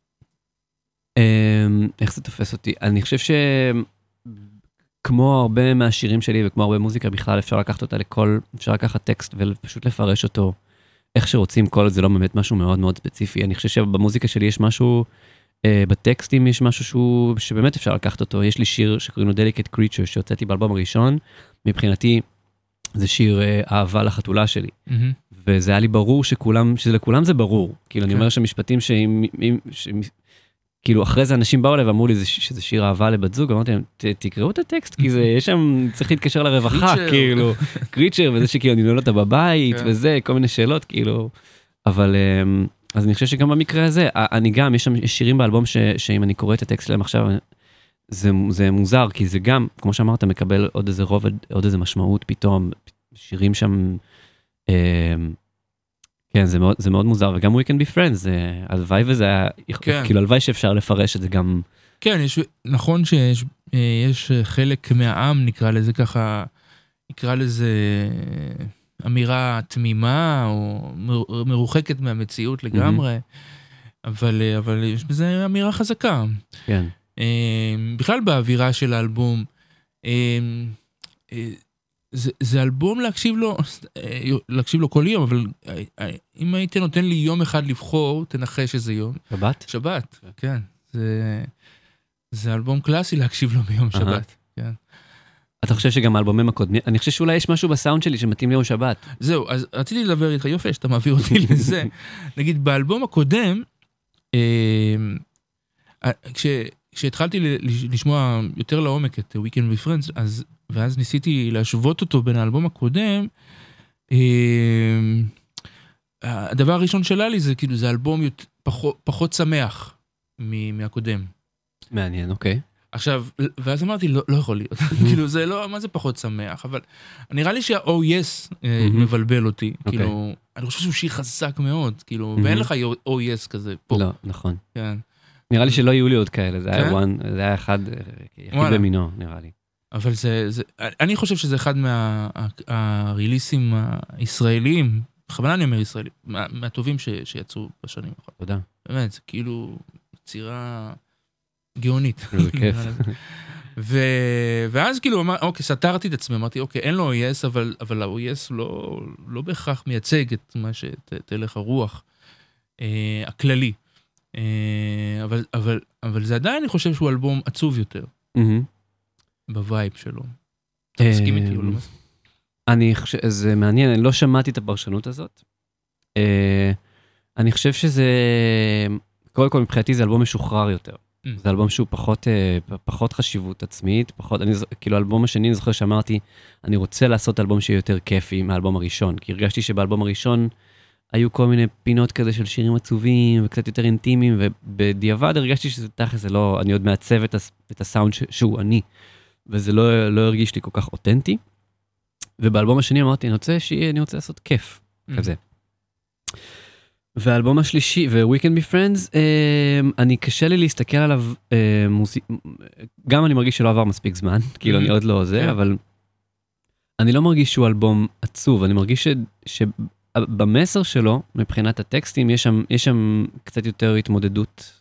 Speaker 2: איך זה תופס אותי? אני חושב ש... כמו הרבה מהשירים שלי וכמו הרבה מוזיקה בכלל, אפשר לקחת אותה לכל, אפשר לקחת טקסט ופשוט לפרש אותו איך שרוצים, כל זה לא באמת משהו מאוד מאוד ספציפי. אני חושב שבמוזיקה שלי יש משהו, אה, בטקסטים יש משהו שהוא, שבאמת אפשר לקחת אותו. יש לי שיר שקוראים לו Delicate Creature, שהוצאתי באלבום הראשון, מבחינתי זה שיר אה, אהבה לחתולה שלי. Mm-hmm. וזה היה לי ברור שכולם, שלכולם זה ברור. כאילו, okay. אני אומר שהמשפטים שאם... ש... כאילו, אחרי זה אנשים באו אליי ואמרו לי שזה שיר אהבה לבת זוג, אמרתי להם, תקראו את הטקסט, כי זה, יש שם, צריך להתקשר לרווחה, כאילו, קריצ'ר, וזה שכאילו אני נולד אותה בבית, וזה, כל מיני שאלות, כאילו, אבל, אז אני חושב שגם במקרה הזה, אני גם, יש שם שירים באלבום שאם אני קורא את הטקסט להם עכשיו, זה מוזר, כי זה גם, כמו שאמרת, מקבל עוד איזה רובד, עוד איזה משמעות פתאום, שירים שם, כן, זה מאוד, זה מאוד מוזר, וגם We Can Be Friends, זה, הלוואי וזה היה, כן. כאילו הלוואי שאפשר לפרש את זה גם...
Speaker 1: כן, יש, נכון שיש יש חלק מהעם, נקרא לזה ככה, נקרא לזה אמירה תמימה, או מרוחקת מהמציאות לגמרי, mm-hmm. אבל, אבל יש בזה אמירה חזקה.
Speaker 2: כן.
Speaker 1: בכלל באווירה של האלבום, זה, זה אלבום להקשיב לו, להקשיב לו כל יום, אבל אם היית נותן לי יום אחד לבחור, תנחש איזה יום.
Speaker 2: שבת?
Speaker 1: שבת, כן. זה, זה אלבום קלאסי להקשיב לו ביום שבת, כן.
Speaker 2: אתה חושב שגם האלבומים הקודמים, אני חושב שאולי יש משהו בסאונד שלי שמתאים ליום שבת.
Speaker 1: זהו, אז רציתי לדבר איתך, יופי, שאתה מעביר אותי לזה. נגיד, באלבום הקודם, כש... כשהתחלתי לשמוע יותר לעומק את We Can Be Friends, אז, ואז ניסיתי להשוות אותו בין האלבום הקודם, הדבר הראשון שלה לי זה כאילו, זה אלבום פחות, פחות שמח מהקודם.
Speaker 2: מעניין, אוקיי.
Speaker 1: עכשיו, ואז אמרתי, לא, לא יכול להיות. כאילו, זה לא, מה זה פחות שמח? אבל נראה לי שה-Oh Yes מבלבל אותי. כאילו, אני חושב שהוא שיר חזק מאוד, כאילו, ואין לך Oh Yes כזה פה.
Speaker 2: לא, נכון.
Speaker 1: כן.
Speaker 2: נראה לי שלא יהיו לי עוד כאלה, זה היה one, זה היה אחד, יחיד במינו, נראה לי.
Speaker 1: אבל זה, זה, אני חושב שזה אחד מהריליסים הישראליים, בכוונה אני אומר ישראלים, מהטובים שיצאו בשנים האחרונות.
Speaker 2: תודה.
Speaker 1: באמת, זה כאילו יצירה גאונית.
Speaker 2: זה כיף.
Speaker 1: ו... ואז כאילו, אמר, אוקיי, סתרתי את עצמי, אמרתי, אוקיי, אין לו או-אס, אבל, אבל ה-או-אס לא, לא בהכרח מייצג את מה שתלך הרוח אה, הכללי. אה, אבל, אבל, אבל זה עדיין, אני חושב שהוא אלבום עצוב יותר, בווייב שלו. אתה מסכים איתי או לא מסכים?
Speaker 2: אני חושב, זה מעניין, אני לא שמעתי את הפרשנות הזאת. אני חושב שזה, קודם כל מבחינתי זה אלבום משוחרר יותר. זה אלבום שהוא פחות, פחות חשיבות עצמית, פחות, אני, כאילו האלבום השני, אני זוכר שאמרתי, אני רוצה לעשות אלבום שיהיה יותר כיפי מהאלבום הראשון, כי הרגשתי שבאלבום הראשון היו כל מיני פינות כזה של שירים עצובים, וקצת יותר אינטימיים, ובדיעבד הרגשתי שזה תכף, זה לא, אני עוד מעצב את, את הסאונד ש, שהוא אני, וזה לא, לא הרגיש לי כל כך אותנטי. ובאלבום השני אמרתי, אני רוצה שיהיה, אני רוצה לעשות כיף, כזה. והאלבום השלישי, ו-Weekend Be Friends, אני קשה לי להסתכל עליו, גם אני מרגיש שלא עבר מספיק זמן, כאילו אני עוד לא זה, אבל אני לא מרגיש שהוא אלבום עצוב, אני מרגיש שבמסר שלו, מבחינת הטקסטים, יש שם קצת יותר התמודדות,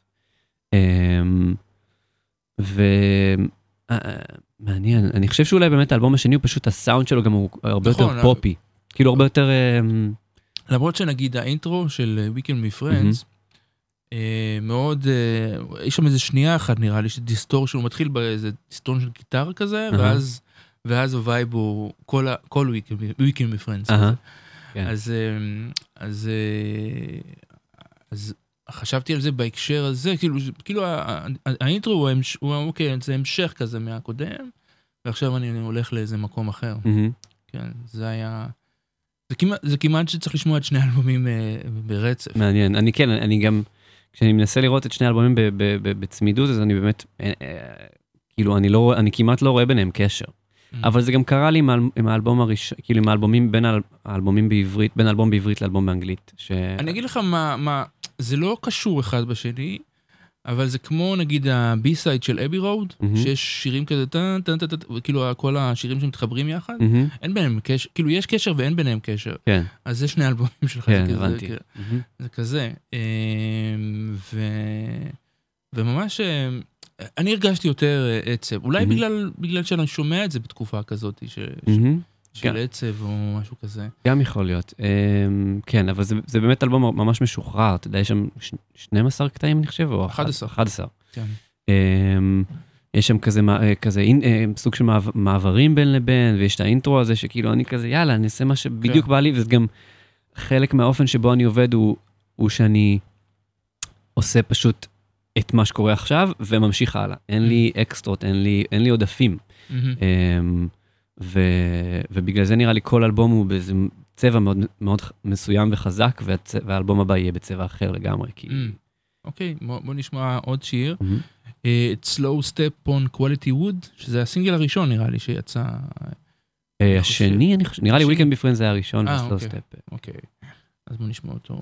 Speaker 2: ומעניין, אני חושב שאולי באמת האלבום השני הוא פשוט הסאונד שלו גם הוא הרבה יותר פופי, כאילו הרבה יותר...
Speaker 1: למרות שנגיד האינטרו של Weekend Be Friends, מאוד, יש שם איזה שנייה אחת נראה לי, שדיסטורשן, הוא מתחיל באיזה דיסטורשן של גיטר כזה, ואז, ואז הווייב הוא כל, כל Weekend Be Friends. אז, אז, אז חשבתי על זה בהקשר הזה, כאילו, כאילו האינטרו הוא, אוקיי, זה המשך כזה מהקודם, ועכשיו אני הולך לאיזה מקום אחר. כן, זה היה... זה כמעט, זה כמעט שצריך לשמוע את שני אלבומים ברצף.
Speaker 2: מעניין. אני כן, אני גם, כשאני מנסה לראות את שני אלבומים בצמידות, אז אני באמת, כאילו, אני לא, אני כמעט לא רואה ביניהם קשר. אבל זה גם קרה לי עם האלבום הראשון, כאילו, עם האלבומים, בין האלבומים בעברית, בין האלבום בעברית לאלבום באנגלית.
Speaker 1: אני אגיד לך מה, מה, זה לא קשור אחד בשני, אבל זה כמו נגיד הבי-סייד של אבי רוד, שיש שירים כזה, כאילו כל השירים שמתחברים יחד, אין ביניהם קשר, כאילו יש קשר ואין ביניהם קשר. אז זה שני אלבומים שלך, זה כזה. וממש, אני הרגשתי יותר עצב, אולי בגלל שאני שומע את זה בתקופה כזאת, של עצב או משהו כזה.
Speaker 2: גם יכול להיות. כן, אבל זה באמת אלבום ממש משוחרר. אתה יודע, יש שם שנים עשר קטעים, אני חושב, או
Speaker 1: אחד עשר.
Speaker 2: אחד עשר. יש שם כזה סוג של מעברים בין לבין, ויש את האינטרו הזה שכאילו אני כזה, יאללה, אני אעשה מה שבדיוק בא לי, וזה גם חלק מהאופן שבו אני עובד הוא שאני עושה פשוט את מה שקורה עכשיו, וממשיך הלאה. אין לי אקסטרות, אין לי עודפים. ו... ובגלל זה נראה לי כל אלבום הוא באיזה צבע מאוד, מאוד מסוים וחזק, והצ... והאלבום הבא יהיה בצבע אחר לגמרי. כי...
Speaker 1: אוקיי, בוא, בוא נשמע עוד שיר. Mm-hmm. uh, Slow Step on Quality Wood, שזה הסינגל הראשון נראה לי שיצא...
Speaker 2: Uh, השני, אני חושב, נראה לי Weekend Be Friends זה הראשון, ו-Slow
Speaker 1: אוקיי.
Speaker 2: Step.
Speaker 1: אוקיי, אז בוא נשמע אותו.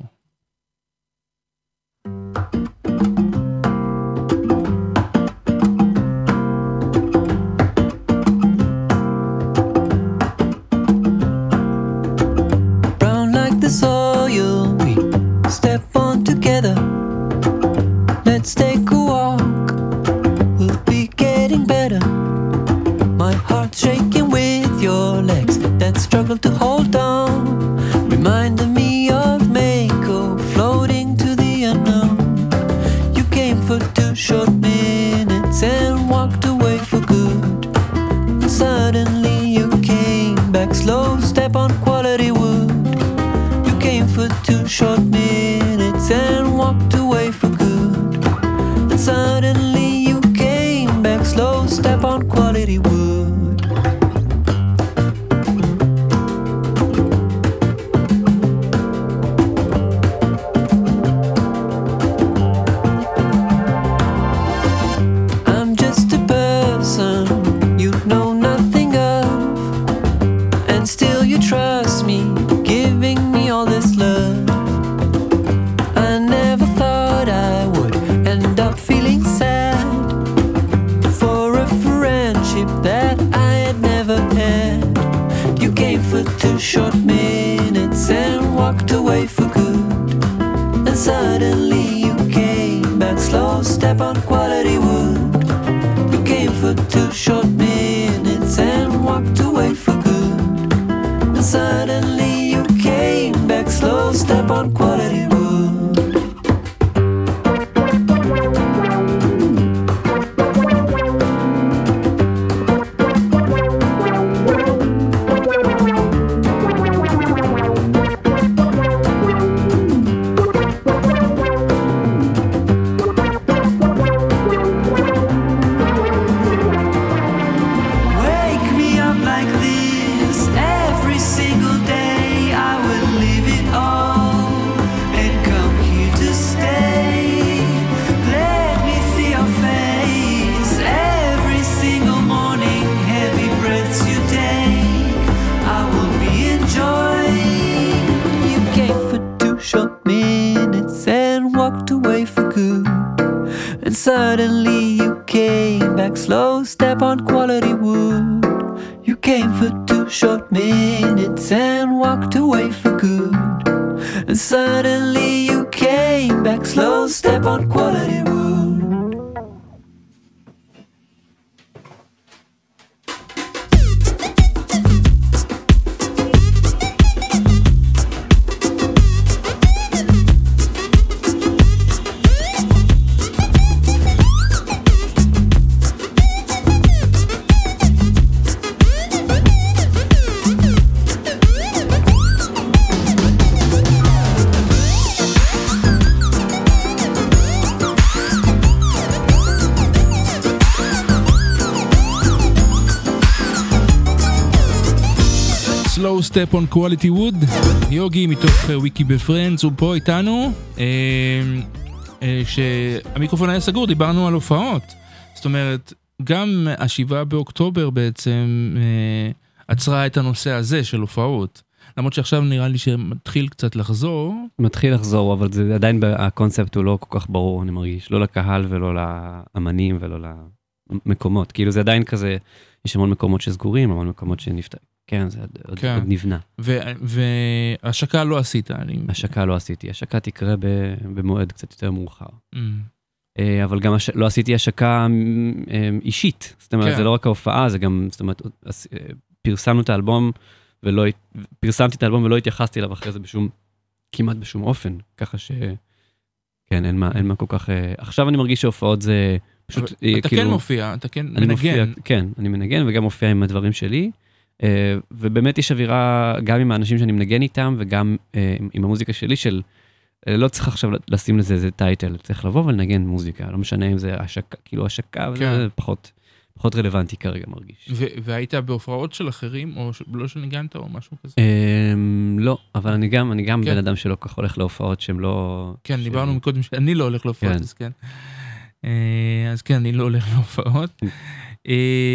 Speaker 7: Soil we step on together. Let's take a walk. We'll be getting better. My heart's shaking with your legs that struggle to hold on. Reminded me of Mako floating to the unknown. You came for two short minutes and walked away for good. And suddenly you came back, slow step on quality wood. Came for two short minutes and walked away for good. And suddenly you came back, slow step on quality wood. I'm just a person you know nothing of, and still you trust me, giving me all this love. I never thought I would end up feeling sad for a friendship that I had never had. You came for two short minutes and walked away for good. And suddenly you came back, slow step on quality wood. step on quality wood. Suddenly you came back, slow step on quality wood. You came for two short minutes and walked away for good. And suddenly you came back, slow step on quality wood.
Speaker 1: Slow Step on Quality Wood, יוגי מתוך וויקי בפרנדס, הוא פה איתנו, שהמיקרופון היה סגור, דיברנו על הופעות, זאת אומרת, גם השבעה באוקטובר בעצם עצרה את הנושא הזה של הופעות, למרות שעכשיו נראה לי שמתחיל קצת לחזור. מתחיל
Speaker 2: לחזור, אבל זה עדיין, הקונספט הוא לא כל כך ברור, אני מרגיש, לא לקהל ולא לאמנים ולא למקומות, כאילו זה עדיין כזה, יש המון מקומות שסגורים, המון מקומות שנפתח. כן, זה עוד, כן. עוד נבנה.
Speaker 1: והשקה לא עשית? אני...
Speaker 2: השקה לא עשיתי. השקה תקרה במועד קצת יותר מאוחר. Mm. אבל גם הש... לא עשיתי השקה אישית. זאת אומרת, כן. זה לא רק ההופעה, זה גם, זאת אומרת, פרסמנו את האלבום, ולא, פרסמתי את האלבום ולא התייחסתי אליו אחרי זה בשום, כמעט בשום אופן. ככה ש... כן, אין מה, אין מה כל כך... עכשיו אני מרגיש שהופעות זה פשוט...
Speaker 1: אתה כאילו... כן מופיע, אתה כן מנגן.
Speaker 2: מופיע, כן, אני מנגן וגם מופיע עם הדברים שלי. Uh, ובאמת יש אווירה גם עם האנשים שאני מנגן איתם וגם uh, עם המוזיקה שלי של uh, לא צריך עכשיו לשים לזה איזה טייטל, צריך לבוא ולנגן מוזיקה, לא משנה אם זה השקה, כאילו השקה, כן. זה פחות, פחות רלוונטי כרגע מרגיש.
Speaker 1: ו- והיית בהופעות של אחרים או ש- לא שניגנת או משהו כזה?
Speaker 2: Uh, לא, אבל אני גם, אני גם כן. בן אדם שלא כך הולך להופעות שהם לא...
Speaker 1: כן,
Speaker 2: ש...
Speaker 1: דיברנו מקודם שאני לא הולך להופעות, כן. אז כן. Uh, אז כן, אני לא הולך להופעות. uh,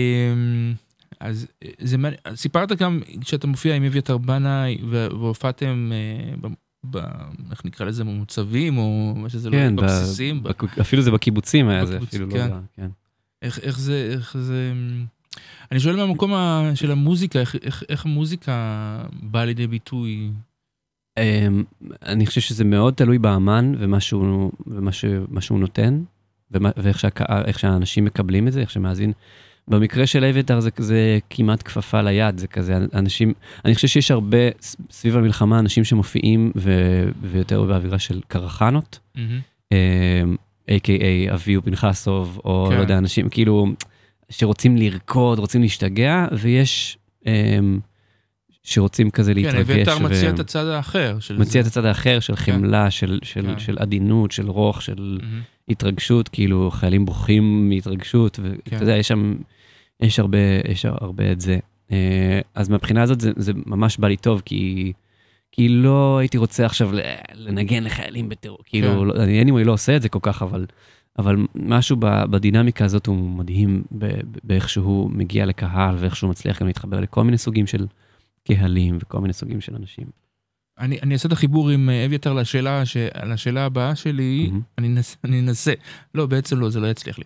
Speaker 1: אז זה, סיפרת גם כשאתה מופיע עם אביתר בנאי והופעתם, ב, איך נקרא לזה, במוצבים או מה שזה
Speaker 2: כן,
Speaker 1: לא, בבסיסים.
Speaker 2: ב, ב, אפילו זה בקיבוצים היה זה, אפילו
Speaker 1: כן.
Speaker 2: לא, כן.
Speaker 1: איך, איך זה, איך זה, אני שואל מהמקום של המוזיקה, איך, איך, איך המוזיקה באה לידי ביטוי?
Speaker 2: אני חושב שזה מאוד תלוי באמן ומה שהוא, ומה מה שהוא נותן, ומה, ואיך שה, איך שהאנשים מקבלים את זה, איך שמאזין. במקרה של אביתר זה כזה כמעט כפפה ליד, זה כזה אנשים, אני חושב שיש הרבה סביב המלחמה אנשים שמופיעים ו, ויותר באווירה של קרחנות, mm-hmm. איי קיי איי אביו פנחסוב, או כן. לא יודע, אנשים כאילו שרוצים לרקוד, רוצים להשתגע, ויש שרוצים כזה להתרגש.
Speaker 1: כן, אביתר מציע את הצד האחר.
Speaker 2: מציע את הצד האחר של חמלה, כן. של, של, כן. של עדינות, של רוח, של mm-hmm. התרגשות, כאילו חיילים בוכים מהתרגשות, ואתה כן. יודע, יש שם... יש הרבה, יש הרבה את זה. אז מהבחינה הזאת זה, זה ממש בא לי טוב, כי, כי לא הייתי רוצה עכשיו לנגן לחיילים בטרור. כאילו, לא, אני anyway לא עושה את זה כל כך, אבל, אבל משהו בדינמיקה הזאת הוא מדהים, באיך שהוא מגיע לקהל, ואיך שהוא מצליח גם להתחבר לכל מיני סוגים של קהלים, וכל מיני סוגים של אנשים.
Speaker 1: אני, אני אעשה את החיבור עם אביתר לשאלה, ש... לשאלה הבאה שלי, mm-hmm. אני אנסה, אני אנסה. לא, בעצם לא, זה לא יצליח לי.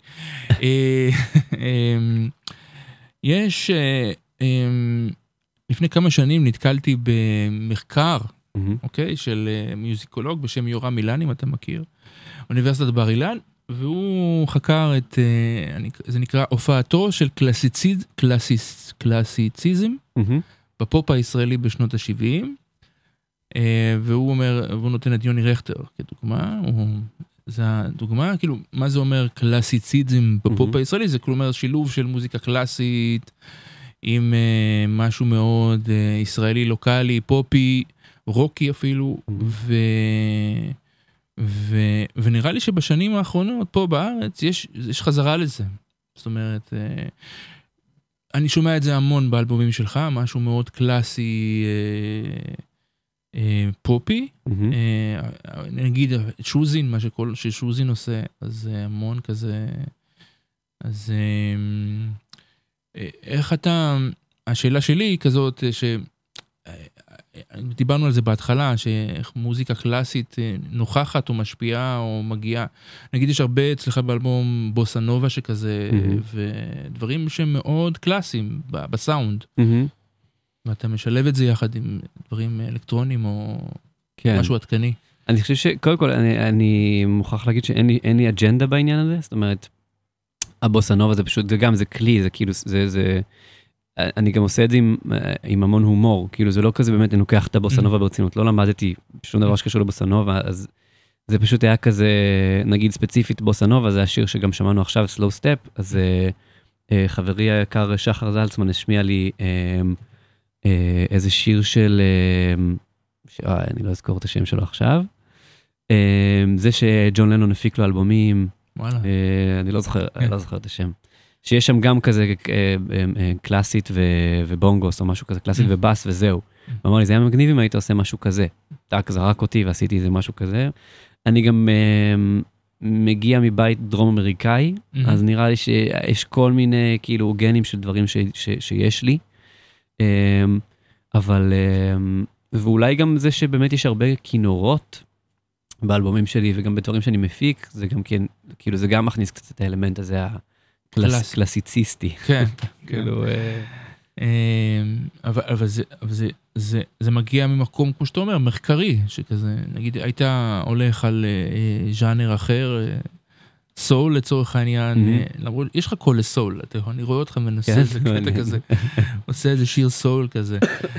Speaker 1: יש, לפני כמה שנים נתקלתי במחקר, אוקיי, של מיוזיקולוג בשם יורם אילן, אם אתה מכיר, אוניברסיטת בר אילן, והוא חקר את, זה נקרא, הופעתו של קלאסיציז, קלאסיס, קלאסיציזם, בפופ הישראלי בשנות ה-שבעים, והוא אומר, והוא נותן את יוני רכטר כדוגמה, זה הדוגמה, כאילו, מה זה אומר קלאסיציזם בפופ הישראלי? זה כלומר שילוב של מוזיקה קלאסית, עם משהו מאוד ישראלי, לוקלי, פופי, רוקי אפילו, ו... ו... ונראה לי שבשנים האחרונות, פה בארץ, יש, יש חזרה לזה. זאת אומרת, אני שומע את זה המון באלבומים שלך, משהו מאוד קלאסי, פופי, נגיד שוזין, מה שכל, ששוזין עושה, אז המון כזה, אז איך אתה, השאלה שלי היא כזאת, ש... דיברנו על זה בהתחלה, שאיך מוזיקה קלאסית נוכחת או משפיעה או מגיעה. נגיד יש הרבה אצלך באלבום בוסה נובה שכזה, mm-hmm. ודברים שהם מאוד קלאסיים בסאונד. Mm-hmm. ואתה משלב את זה יחד עם דברים אלקטרונים או כן. משהו עדכני.
Speaker 2: אני חושב שקודם כל אני, אני מוכרח להגיד שאין לי, אין לי אג'נדה בעניין הזה, זאת אומרת, הבוסה נובה זה פשוט, זה גם, זה כלי, זה כאילו, זה, זה, אני גם עושה את זה עם, עם המון הומור, כאילו זה לא כזה באמת, אני לוקח את הבוסה נובה ברצינות, לא למדתי שום דבר שקשור לבוסה נובה, אז זה פשוט היה כזה, נגיד ספציפית בוסה נובה, זה השיר שגם שמענו עכשיו, סלואו סטפ, אז חברי היקר שחר זלצמן השמיע לי איזה שיר של, אני לא אזכור את השם שלו עכשיו, זה שג'ון לנון הפיק לו אלבומים, אני לא זוכר, אני לא זוכר את השם. שיש שם גם כזה קלאסית ובונגוס או משהו כזה, קלאסית ובאס וזהו. ואמר לי, זה היה מגניב אם היית עושה משהו כזה. טאק זרק אותי ועשיתי איזה משהו כזה. אני גם מגיע מבית דרום אמריקאי, אז נראה לי שיש כל מיני כאילו גנים של דברים שיש לי. אבל, ואולי גם זה שבאמת יש הרבה כינורות באלבומים שלי, וגם בדברים שאני מפיק, זה גם כן, כאילו זה גם מכניס קצת את האלמנט הזה, הקלאסיציסטי.
Speaker 1: כן, כאילו, אבל זה מגיע ממקום, כמו שאתה אומר, מחקרי, שכזה, נגיד, היית הולך על ז'אנר אחר, סול לצורך העניין, למרות, יש לך קול לסול, אני רואה אותך מנסה איזה קטע כזה, עושה איזה שיר סול כזה.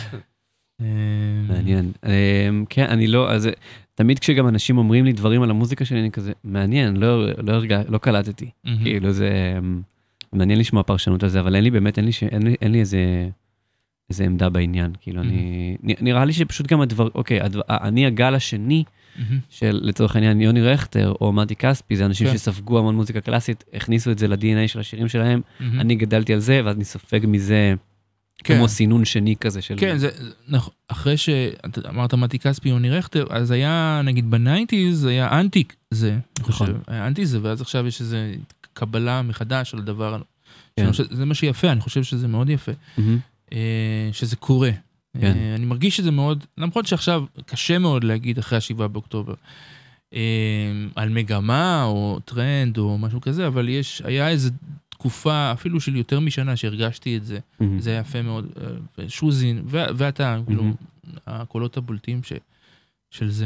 Speaker 2: מעניין. כן, אני לא, אז תמיד כשגם אנשים אומרים לי דברים על המוזיקה שלי, אני כזה, מעניין, לא, לא הרגע, לא קלטתי. כאילו זה, מעניין לשמוע פרשנות על זה, אבל אין לי באמת, אין לי, אין לי, אין לי איזה, איזה עמדה בעניין. כאילו אני, נראה לי שפשוט גם הדבר, אוקיי, אני הגל השני, של לצורך העניין יוני רכטר, או מתי כספי, זה אנשים שספגו המון מוזיקה קלאסית, הכניסו את זה ל-די אן איי של השירים שלהם, אני גדלתי על זה, ואז אני סופג מזה, כמו סינון שני כזה של...
Speaker 1: כן, זה, אחרי שאמרת מתי כספי יוני רכטר, אז היה, נגיד בניינטיז, היה אנטיק זה, נכון. היה אנטי זה, ואז עכשיו יש איזו קבלה מחדש על הדבר, זה מה שיפה, אני חושב שזה מאוד יפה, שזה קורה. אני מרגיש שזה מאוד, למרות שעכשיו קשה מאוד להגיד אחרי השבעה באוקטובר, על מגמה או טרנד או משהו כזה, אבל יש, היה איזו תקופה, אפילו של יותר משנה שהרגשתי את זה, זה היה יפה מאוד, שוזין, ואתה, כאילו, הקולות הבולטים של זה.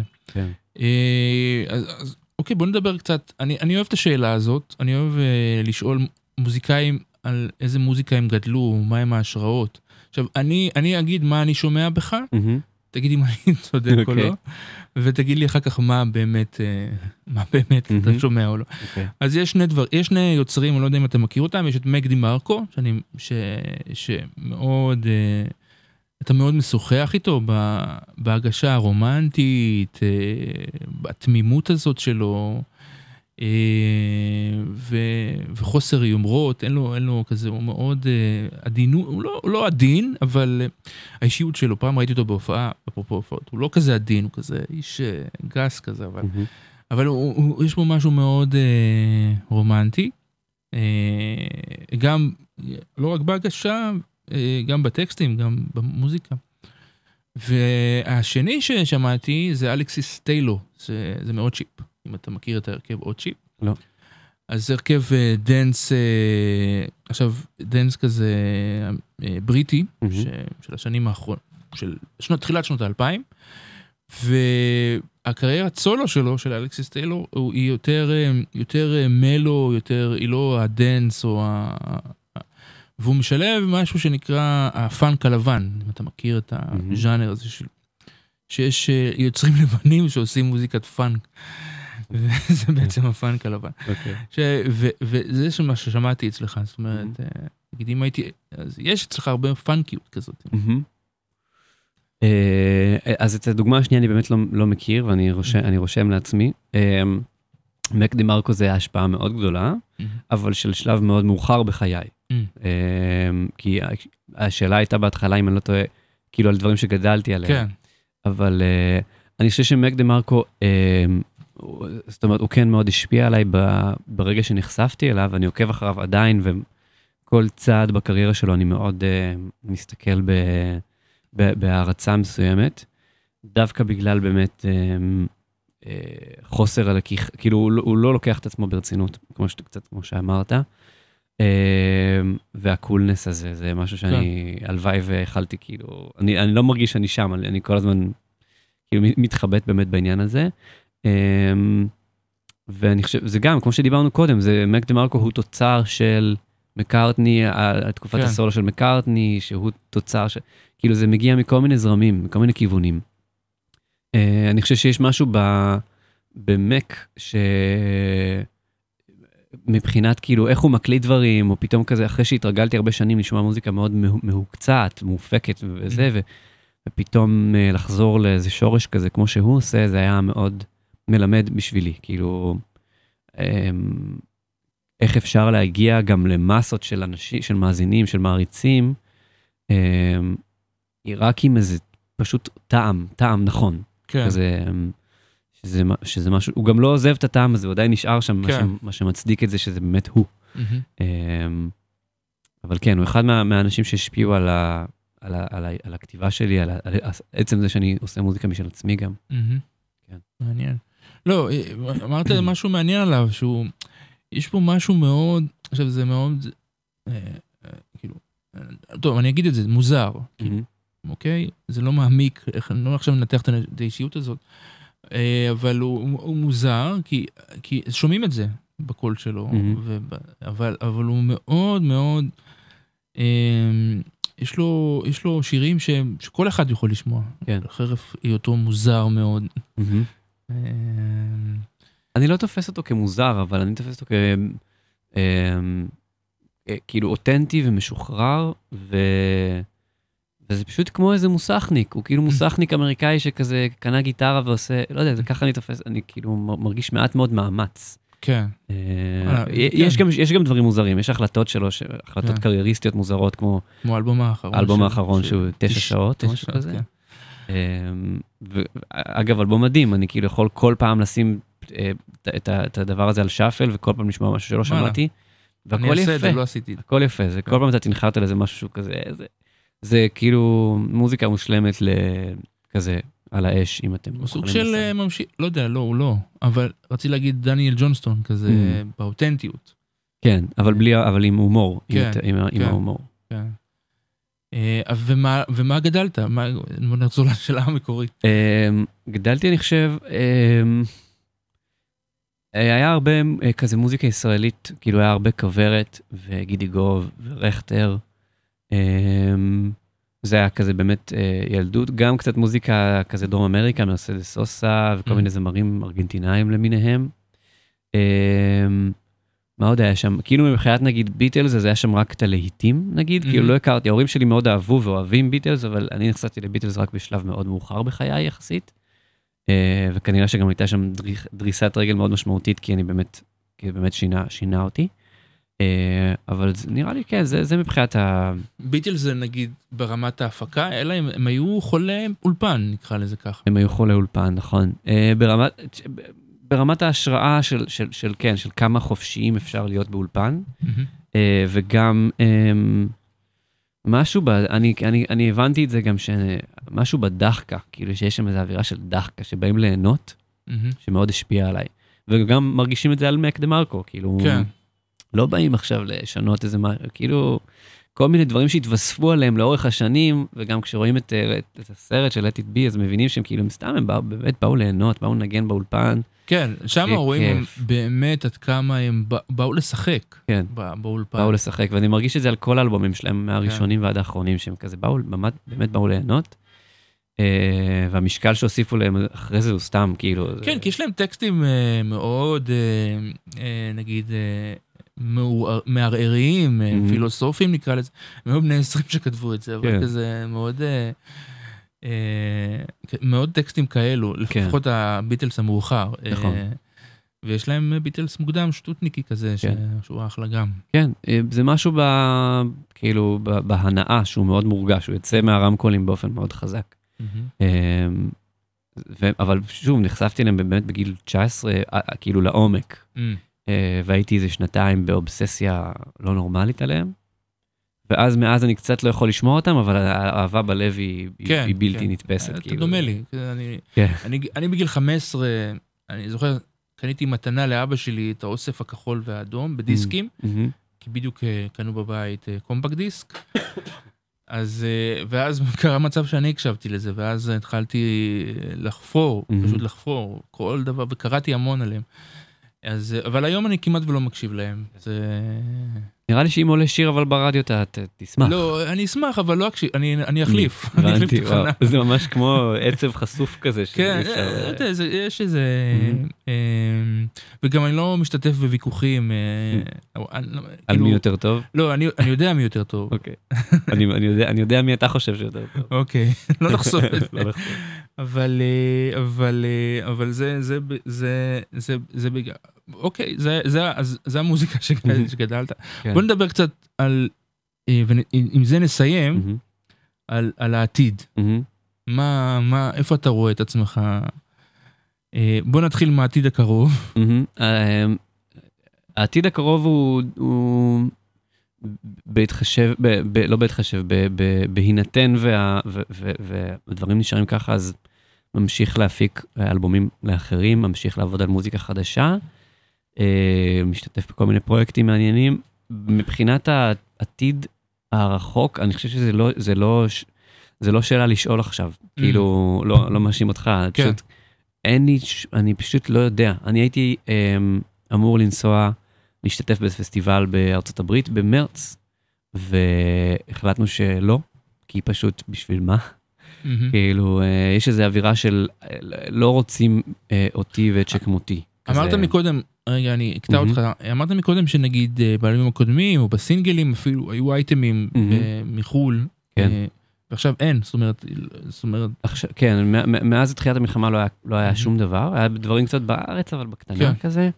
Speaker 1: אז אוקיי, בוא נדבר קצת, אני אוהב את השאלה הזאת, אני אוהב לשאול מוזיקאים על איזה מוזיקה הם גדלו, מה הם ההשראות. עכשיו, אני, אני אגיד מה אני שומע בך, תגיד אם אני צודק או לא, ותגיד לי אחר כך מה באמת, מה באמת אתה שומע או לא. אז יש שני דבר, יש שני יוצרים, אני לא יודע אם אתה מכיר אותם, יש את מק די מרקו, שאני, שמאוד, אתה מאוד משוחח איתו, בהגשה הרומנטית, בתמימות הזאת שלו, וחוסר יומרות, אין לו, אין לו כזה, הוא מאוד עדינו, הוא לא, הוא לא עדין, אבל האישיות שלו, פעם ראיתי אותו בהופעה, אפרופו הופעות, הוא לא כזה עדין, הוא כזה איש גס כזה, אבל, אבל הוא, הוא, יש בו משהו מאוד רומנטי, גם, לא רק בהגשה, גם בטקסטים, גם במוזיקה. והשני ששמעתי זה אלכסיס טיילור, זה, זה מאוד צ'יפ. אם אתה מכיר את ההרכב עוד צ'יפ.
Speaker 2: לא.
Speaker 1: אז זה הרכב דנס, עכשיו דנס כזה בריטי, של השנים האחרונות, של תחילת שנות האלפיים, והקריירת סולו שלו, של אלכסיס טיילור, היא יותר, יותר מלו, יותר, היא לא הדנס, או ה... והוא משלב משהו שנקרא הפאנק הלבן, אם אתה מכיר את הז'אנר הזה של... שיש יוצרים לבנים שעושים מוזיקת פאנק. וזה בעצם הפאנק הלבן. וזה מה ששמעתי אצלך, זאת אומרת, נגיד אם הייתי, אז יש אצלך הרבה פאנקיות כזאת.
Speaker 2: אז את הדוגמה השנייה אני באמת לא מכיר, ואני רושם לעצמי. מק דה מרקו זה השפעה מאוד גדולה, אבל של שלב מאוד מאוחר בחיי. כי השאלה הייתה בהתחלה, אם אני לא טועה, כאילו על דברים שגדלתי עליהם. אבל אני חושב שמק דה מרקו, זאת אומרת, הוא כן מאוד השפיע עליי ברגע שנחשפתי אליו, אני עוקב אחריו עדיין, וכל צעד בקריירה שלו אני מאוד מסתכל בהערצה מסוימת, דווקא בגלל באמת חוסר על הכיח, כאילו הוא לא לוקח את עצמו ברצינות, כמו קצת כמו שאמרת, והקולנס הזה, זה משהו שאני, הלוואי והחלתי, כאילו, אני לא מרגיש שאני שם, אני כל הזמן כאילו מתחבט באמת בעניין הזה, ואני חושב, זה גם, כמו שדיברנו קודם, זה מק דה מרקו הוא תוצר של מקארטני, על תקופת הסולו של מקארטני, שהוא תוצר של, כאילו זה מגיע מכל מיני זרמים, מכל מיני כיוונים. אני חושב שיש משהו במק, שמבחינת כאילו איך הוא מקליט דברים, או פתאום כזה, אחרי שהתרגלתי הרבה שנים לשמוע מוזיקה מאוד מהוקצת, מופקת וזה, ופתאום לחזור לאיזה שורש כזה, כמו שהוא עושה, זה היה מאוד מלמד בשבילי, כאילו, איך אפשר להגיע גם למסות של אנשים, של מאזינים, של מעריצים, רק עם איזה פשוט טעם, טעם נכון. כן. כזה, שזה, שזה משהו, הוא גם לא עוזב את הטעם הזה, הוא עדיין נשאר שם, כן. מה, ש, מה שמצדיק את זה, שזה באמת הוא. Mm-hmm. אבל כן, הוא אחד מה, מהאנשים שהשפיעו על, ה, על, ה, על, ה, על הכתיבה שלי, על, ה, על עצם זה שאני עושה מוזיקה משל עצמי גם. Mm-hmm.
Speaker 1: כן. מעניין. לא, אמרת משהו מעניין עליו, שהוא, יש פה משהו מאוד, עכשיו זה מאוד, אה, אה, כאילו, טוב, אני אגיד את זה, מוזר, mm-hmm. כאילו, אוקיי? זה לא מעמיק, אני לא עכשיו מנתח את האישיות הזאת, אבל הוא, הוא מוזר, כי, כי שומעים את זה בקול שלו, mm-hmm. וב, אבל, אבל הוא מאוד מאוד, יש לו, יש לו שירים ש, שכל אחד יכול לשמוע, כן. חרף היותו מוזר מאוד. Mm-hmm.
Speaker 2: אני לא תופס אותו כמוזר, אבל אני תופס אותו כ... כאילו אותנטי ומשוחרר, ו... וזה פשוט כמו איזה מוסכניק, הוא כאילו מוסכניק אמריקאי שכזה קנה גיטרה ועושה, לא יודע, זה ככה אני תופס, אני כאילו מרגיש מעט מאוד מאמץ.
Speaker 1: כן.
Speaker 2: יש גם דברים מוזרים, יש החלטות שלו, החלטות קרייריסטיות מוזרות, כמו...
Speaker 1: כמו האלבום האחרון.
Speaker 2: האלבום האחרון שהוא תשע שעות, או משהו כזה. אגב, אלבום מדהים, אני כאילו יכול כל פעם לשים את הדבר הזה על שפל, וכל פעם לשמוע משהו שלא שמעתי, והכל יפה. הכל יפה, זה כל פעם אתה תנחת על איזה משהו כזה, זה כאילו מוזיקה מושלמת לכזה, על האש, אם אתם...
Speaker 1: הוא סוג של ממשיך, לא יודע, לא, הוא לא, אבל רציתי להגיד דניאל ג'ונסטון, כזה, באותנטיות.
Speaker 2: כן, אבל בלי, אבל עם הומור, עם ההומור.
Speaker 1: כן. ומה גדלת? בוא נחזור לשאלה המקורית.
Speaker 2: גדלתי, אני חושב, היה הרבה כזה מוזיקה ישראלית, כאילו היה הרבה כוורת, וגידי גוב, ורכטר, זה היה כזה באמת ילדות, גם קצת מוזיקה כזה דרום אמריקה, מרסדס סוסה, וכל מיני זמרים ארגנטינאים למיניהם. מה עוד היה שם? כאילו מבחינת נגיד ביטלס, אז היה שם רק את הלהיטים נגיד, כאילו לא הכרתי, ההורים שלי מאוד אהבו ואוהבים ביטלס, אבל אני נחשפתי לביטלס רק בשלב מאוד מאוחר בחיי יחסית, וכנראה שגם הייתה שם דריסת רגל מאוד משמעותית, כי אני באמת, כי באמת שינה, שינה אותי. אבל נראה לי כן, זה, זה מבחינת ה...
Speaker 1: ביטלס זה נגיד ברמת ההפקה, אלא הם, הם היו חולי אולפן, נקרא לזה ככה.
Speaker 2: הם היו חולי אולפן, נכון. ברמת, ברמת ההשראה של, של, של, כן, של כמה חופשיים אפשר להיות באולפן, mm-hmm. וגם משהו, ב, אני, אני, אני הבנתי את זה גם שמשהו בדחקה, כאילו שיש שם איזו אווירה של דחקה, שבאים ליהנות, mm-hmm. שמאוד השפיע עליי. וגם מרגישים את זה על מק דה מרקו, כאילו... כן. לא באים עכשיו לשנות איזה מה, כאילו, כל מיני דברים שהתווספו עליהם לאורך השנים, וגם כשרואים את, את, את הסרט של Let It Be, אז מבינים שהם כאילו, מסתם הם באו, באמת באו ליהנות, באו לנגן באולפן.
Speaker 1: כן, שם רואים באמת עד כמה הם באו לשחק.
Speaker 2: כן,
Speaker 1: באולפן.
Speaker 2: באו לשחק, ואני מרגיש את זה על כל האלבומים שלהם, מהראשונים ועד האחרונים, שהם כזה באו, באמת באו ליהנות. והמשקל שהוסיפו להם אחרי זה הוא סתם, כאילו...
Speaker 1: כן, כי יש להם טקסטים מאוד, נגיד, מערעריים, פילוסופיים נקרא לזה, מאוד בני עשרים שכתבו את זה, אבל כזה מאוד... מאוד טקסטים כאלו, לפחות הביטלס המאוחר. ויש להם ביטלס מוקדם, שטוטניקי כזה, שהוא אחלה גם.
Speaker 2: כן, זה משהו כאילו בהנאה, שהוא מאוד מורגש, הוא יוצא מהרמקולים באופן מאוד חזק. אבל שוב, נחשפתי להם באמת בגיל תשע עשרה, כאילו לעומק, והייתי איזה שנתיים באובססיה לא נורמלית עליהם, ואז מאז אני קצת לא יכול לשמוע אותם, אבל האהבה בלב היא בלתי נתפסת.
Speaker 1: אתה דומה לי. אני בגיל חמש עשרה, אני זוכר, קניתי מתנה לאבא שלי את האוסף הכחול והאדום בדיסקים, כי בדיוק קנו בבית קומפקט דיסק, אז, ואז קרה מצב שאני הקשבתי לזה, ואז התחלתי לחפור, פשוט לחפור, כל דבר, וקראתי המון עליהם. אז, אבל היום אני כמעט ולא מקשיב להם. זה...
Speaker 2: נראה לי שאם עולה שיר אבל ברדיו אתה תשמח.
Speaker 1: לא, אני אשמח, אבל לא אקשיב, אני, אני אחליף.
Speaker 2: הבנתי, וואו. זה ממש כמו עצב חסוף כזה.
Speaker 1: כן, יש איזה... וגם אני לא משתתף בוויכוחים.
Speaker 2: על מי יותר טוב?
Speaker 1: לא, אני יודע מי יותר טוב.
Speaker 2: אוקיי. אני יודע מי אתה חושב שיותר טוב.
Speaker 1: אוקיי, לא לחשוף את זה. אבל, אבל, אבל זה, זה, זה, זה, זה בגלל... אוקיי, זה, זה, זה המוזיקה שגדלת. בוא נדבר קצת על, ועם זה נסיים, על, על העתיד. מה, מה, איפה אתה רואה את עצמך? בוא נתחיל מהעתיד הקרוב.
Speaker 2: העתיד הקרוב הוא, הוא בהתחשב, ב, ב, לא בהתחשב, ב, ב, בהינתן וה, ו, ו, והדברים נשארים ככה, אז ממשיך להפיק אלבומים לאחרים, ממשיך לעבוד על מוזיקה חדשה, משתתף בכל מיני פרויקטים מעניינים. מבחינת העתיד הרחוק, אני חושב שזה לא, זה לא, זה לא שאלה לשאול עכשיו, כאילו, לא, לא מאשים אותך, פשוט, אין לי, אני פשוט לא יודע. אני הייתי אמור לנסוע, להשתתף בפסטיבל בארצות הברית במרץ, והחלטנו שלא, כי פשוט בשביל מה? כאילו, יש איזו אווירה של לא רוצים אותי ואת שכמותי.
Speaker 1: אמרת מקודם, רגע, אני אקטע אותך, אמרת מקודם שנגיד באלבומים הקודמים, או בסינגלים אפילו, היו אייטמים מחול, ועכשיו אין, זאת אומרת, זאת אומרת...
Speaker 2: כן, מאז התחילת המלחמה לא היה שום דבר, היה דברים קצת בארץ, אבל בקטנה כזה.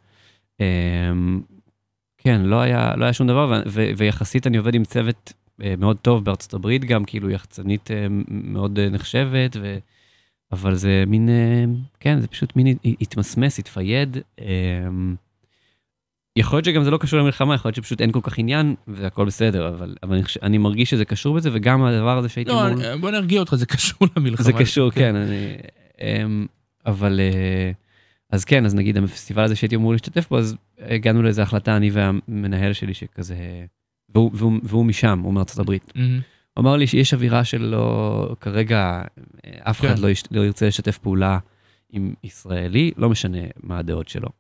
Speaker 2: כן, לא היה שום דבר, ויחסית אני עובד עם צוות מאוד טוב בארצות הברית, גם כאילו יחצנית מאוד נחשבת, אבל זה מין, כן, זה פשוט מין התמסמס, התפייד. יכול להיות שגם זה לא קשור למלחמה, יכול להיות שפשוט אין כל כך עניין, והכל בסדר, אבל, אבל אני, אני מרגיש שזה קשור בזה, וגם הדבר הזה שהייתי
Speaker 1: לא,
Speaker 2: מול...
Speaker 1: לא, בוא נרגיע אותך, זה קשור למלחמה.
Speaker 2: זה קשור, כן, אני, אבל, אז כן, אז נגיד, הפסטיבל הזה שהייתי אמור להשתתף בו, אז הגענו לאיזו החלטה, אני והמנהל שלי שכזה, והוא, והוא, והוא משם, הוא מארצות הברית. הוא אמר לי שיש אווירה שלא, כרגע, אף אחד לא, לא ירצה לשתף פעולה עם ישראלי, לא משנה מה הדעות שלו.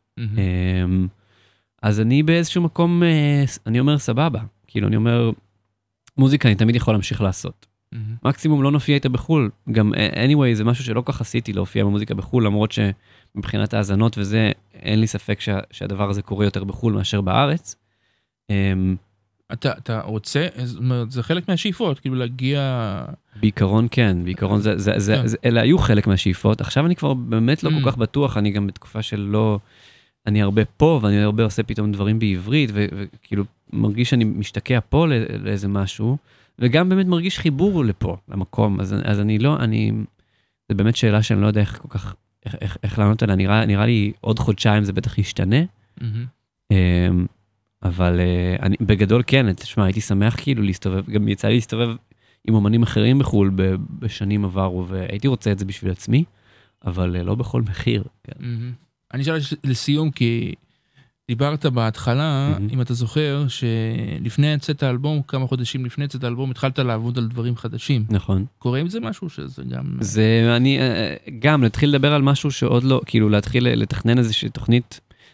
Speaker 2: אז אני באיזשהו מקום, אני אומר סבבה, כאילו אני אומר, מוזיקה אני תמיד יכול להמשיך לעשות. מקסימום לא נופיע איתה בחול, גם anyway זה משהו שלא כך עשיתי להופיע במוזיקה בחול, למרות שמבחינת האזנות וזה, אין לי ספק שה, שהדבר הזה קורה יותר בחול מאשר בארץ.
Speaker 1: אתה, אתה רוצה, זאת אומרת, זה חלק מהשאיפות, כאילו להגיע...
Speaker 2: בעיקרון כן, בעיקרון זה, זה, זה, זה, אלה היו חלק מהשאיפות, עכשיו אני כבר באמת לא כל כך בטוח, אני גם בתקופה של לא... אני הרבה פה, ואני הרבה עושה פתאום דברים בעברית, וכאילו מרגיש שאני משתקע פה לאיזה משהו, וגם באמת מרגיש חיבור לפה, למקום, אז, אז אני לא, אני, זה באמת שאלה שאני לא יודע איך כל כך, איך, איך, איך לענות עליה, נראה, נראה לי עוד חודשיים זה בטח ישתנה, mm-hmm. אבל אני, בגדול כן, תשמע, הייתי שמח כאילו להסתובב, גם יצא לי להסתובב עם אומנים אחרים בחול בשנים עברו, והייתי רוצה את זה בשביל עצמי, אבל לא בכל מחיר, כן.
Speaker 1: Mm-hmm. אני אשאל לסיום, כי דיברת בהתחלה, mm-hmm. אם אתה זוכר, שלפני יצאת האלבום, כמה חודשים לפני יצאת האלבום, התחלת לעבוד על דברים חדשים.
Speaker 2: נכון.
Speaker 1: קורה עם זה משהו שזה גם...
Speaker 2: זה, אני, גם, להתחיל לדבר על משהו שעוד לא, כאילו, להתחיל לתכנן איזושהי תוכנית,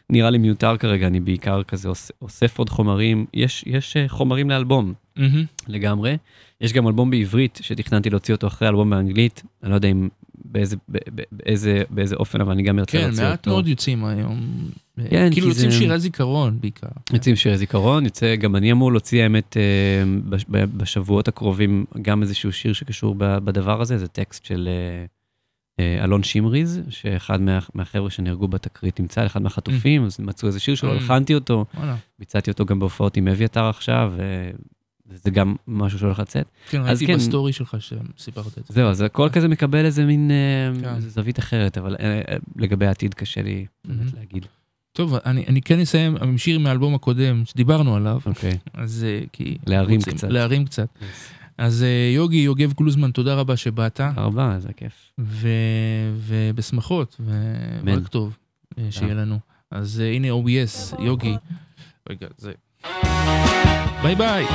Speaker 2: נראה לי מיותר כרגע, אני בעיקר כזה אוסף עוד חומרים, יש, יש חומרים לאלבום,
Speaker 1: Mm-hmm.
Speaker 2: לגמרי. יש גם אלבום בעברית, שתכננתי להוציא אותו אחרי אלבום באנגלית, אני לא יודע אם באיזה, באיזה, באיזה אופן, אבל אני גם ארצה
Speaker 1: כן,
Speaker 2: להוציא אותו.
Speaker 1: מעט
Speaker 2: כן,
Speaker 1: מאוד יוצאים היום. כן, כאילו יוצאים זה... שירי זיכרון בעיקר.
Speaker 2: יוצאים שירי זיכרון, יוצא, גם אני אמור להוציא האמת בשבועות הקרובים, גם איזשהו שיר שקשור בדבר הזה, זה טקסט של אלון שמריז, שאחד מה, מהחבר'ה שנהרגו בתקרית נמצא, אחד מהחטופים, אז מצאו איזה שיר שלו, הלחנתי אותו, ביצעתי אותו גם בהופעות עם אביתר עכשיו, וזה גם משהו שהולך לצאת.
Speaker 1: כן, ראיתי כן, בסטורי שלך שסיפרת את זה.
Speaker 2: זהו, אז הכל כזה מקבל איזה מין כן. זווית אחרת, אבל לגבי העתיד קשה לי באמת mm-hmm. להגיד.
Speaker 1: טוב, אני, אני כן אסיים עם שיר מהאלבום הקודם, שדיברנו עליו.
Speaker 2: אוקיי.
Speaker 1: אז כי...
Speaker 2: להרים רוצים, קצת.
Speaker 1: להרים קצת. Yes. אז יוגי, יוגב גלוזמן, תודה רבה שבאת.
Speaker 2: תודה רבה, זה כיף.
Speaker 1: ו... ובשמחות, ורק טוב שיהיה לנו. אז הנה או בי אס, יוגי. רגע, זה... ביי ביי.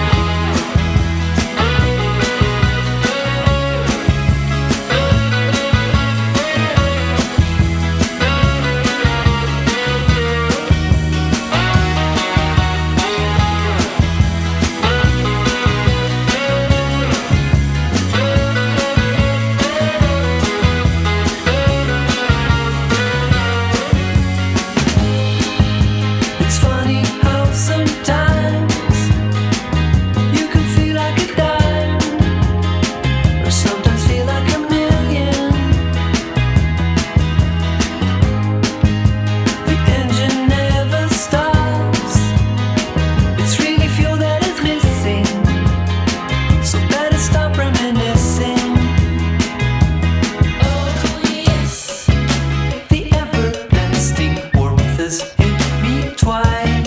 Speaker 7: Twice